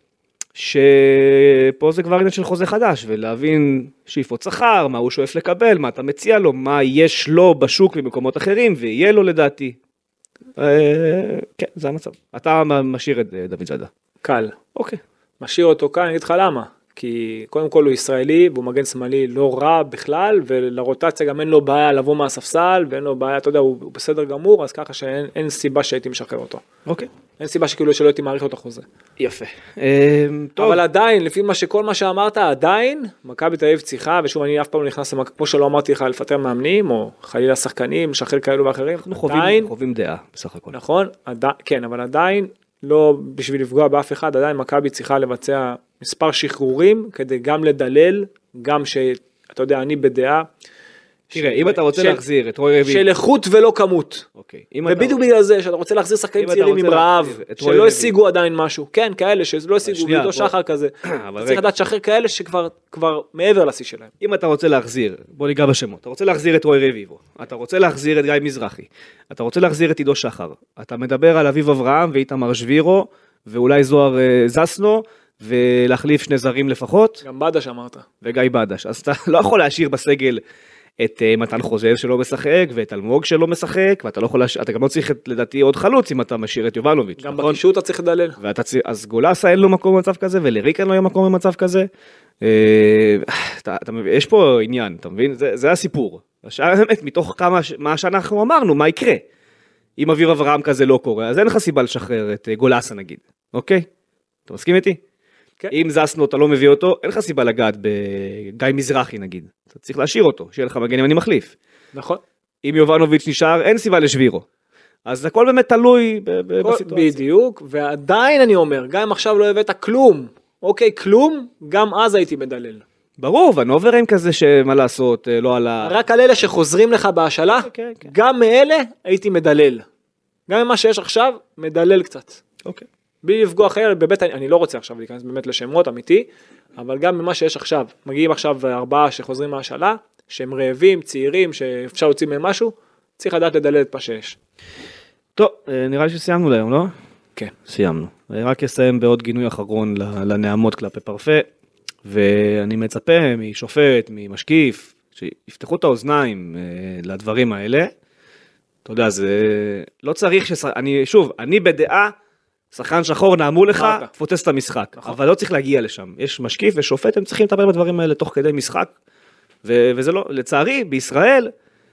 שפה זה כבר עניין של חוזה חדש, ולהבין שאיפות שכר, מה הוא שואף לקבל, מה אתה מציע לו, מה יש לו בשוק במקומות אחרים, ויהיה לו לדעתי. כן, זה המצב. אתה משאיר את דוד זאדה. קל. אוקיי. משאיר אותו כאן, אני אגיד לך למה. כי קודם כל הוא ישראלי, והוא מגן שמאלי לא רע בכלל, ולרוטציה גם אין לו בעיה לבוא מהספסל, ואין לו בעיה, אתה יודע, הוא בסדר גמור, אז ככה שאין אין סיבה שהייתי משחרר אותו. אוקיי. אין סיבה שכאילו שלא הייתי מעריך לו את החוזה. יפה. אבל עדיין, לפי מה שכל מה שאמרת, עדיין, מכבי תל אביב צריכה, ושוב אני אף פעם לא נכנס, כמו שלא אמרתי לך, לפטר מאמנים, או חלילה שחקנים, לשחרר כאלו ואחרים. אנחנו חווים, חווים דעה, בסך הכל. נכון, כן, אבל עדיין, לא בשביל לפגוע באף אחד, עדיין מכבי צריכה לבצע מספר שחרורים, כדי גם לדלל, גם שאתה יודע, אני בדעה, תראה, אם אתה רוצה להחזיר את רוי רביבו... של איכות ולא כמות. אוקיי. ובדיוק בגלל זה, שאתה רוצה להחזיר שחקנים צעירים עם רעב, שלא השיגו עדיין משהו. כן, כאלה שלא השיגו, וידו שחר כזה. אתה צריך לדעת שחרר כאלה שכבר מעבר לשיא שלהם. אם אתה רוצה להחזיר, בוא ניגע בשמות, אתה רוצה להחזיר את רוי רביבו, אתה רוצה להחזיר את גיא מזרחי, אתה רוצה להחזיר את עידו שחר, אתה מדבר על אביב אברהם ואיתמר שבירו, ואולי זוהר זסנו, ולהחליף שני זרים לפחות. גם בדש אמרת. וגיא בדש. אז אתה לא יכול להשאיר בסגל את uh, מתן חוזז שלא משחק, ואת אלמוג שלא משחק, ואתה לא יכול להשאיר, אתה גם לא צריך את, לדעתי עוד חלוץ אם אתה משאיר את יובנוביץ'. גם נכון? בקישור אתה צריך לדלל. ואתה, אז גולסה אין לו מקום במצב כזה, ולריקן לא יהיה מקום במצב כזה. Uh, אתה, אתה, יש פה עניין, אתה מבין? זה, זה הסיפור. השאר באמת, מתוך כמה, מה שאנחנו אמרנו, מה יקרה? אם אביב אברהם כזה לא קורה, אז אין לך סיבה לשחרר את uh, גולסה נגיד. אוקיי? אתה מסכים איתי? אם זסנו אתה לא מביא אותו, אין לך סיבה לגעת בגיא מזרחי נגיד, אתה צריך להשאיר אותו, שיהיה לך מגן ימני מחליף. נכון. אם יובנוביץ' נשאר, אין סיבה לשבירו. אז הכל באמת תלוי בסיטואציה. בדיוק, ועדיין אני אומר, גם אם עכשיו לא הבאת כלום, אוקיי, כלום, גם אז הייתי מדלל. ברור, ונוברים כזה שמה לעשות, לא על ה... רק על אלה שחוזרים לך בהשאלה, גם מאלה הייתי מדלל. גם ממה שיש עכשיו, מדלל קצת. אוקיי. בלי לפגוע אחר, באמת אני לא רוצה עכשיו להיכנס באמת לשמות אמיתי, אבל גם ממה שיש עכשיו, מגיעים עכשיו ארבעה שחוזרים מהשאלה, שהם רעבים, צעירים, שאפשר להוציא מהם משהו, צריך לדעת לדלל את מה שיש. טוב, נראה לי שסיימנו להיום, לא? כן. סיימנו. רק אסיים בעוד גינוי אחרון לנעמות כלפי פרפה, ואני מצפה משופט, ממשקיף, שיפתחו את האוזניים לדברים האלה. אתה יודע, זה לא צריך ש... אני, שוב, אני בדעה, שחקן שחור נעמו לך, פוצץ את המשחק, נכון. אבל לא צריך להגיע לשם. יש משקיף ושופט, הם צריכים לטפל בדברים האלה תוך כדי משחק, ו- וזה לא, לצערי, בישראל,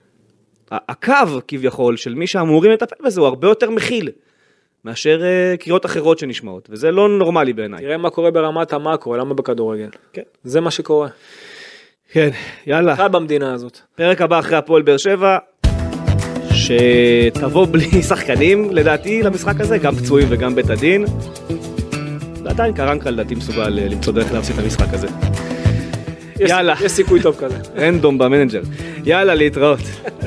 הקו כביכול של מי שאמורים לטפל בזה, הוא הרבה יותר מכיל, מאשר uh, קריאות אחרות שנשמעות, וזה לא נורמלי בעיניי. תראה מה קורה ברמת המאקרו, למה בכדורגל? כן. זה מה שקורה. כן, יאללה. חי במדינה הזאת. פרק הבא אחרי הפועל באר שבע, שתבוא בלי שחקנים, לדעתי, למשחק הזה, גם פצועים וגם בית הדין. ועדיין קרנקה לדעתי מסוגל למצוא דרך להפסיד את המשחק הזה. יש, יאללה. יש סיכוי טוב כזה. רנדום במנג'ר. יאללה, להתראות.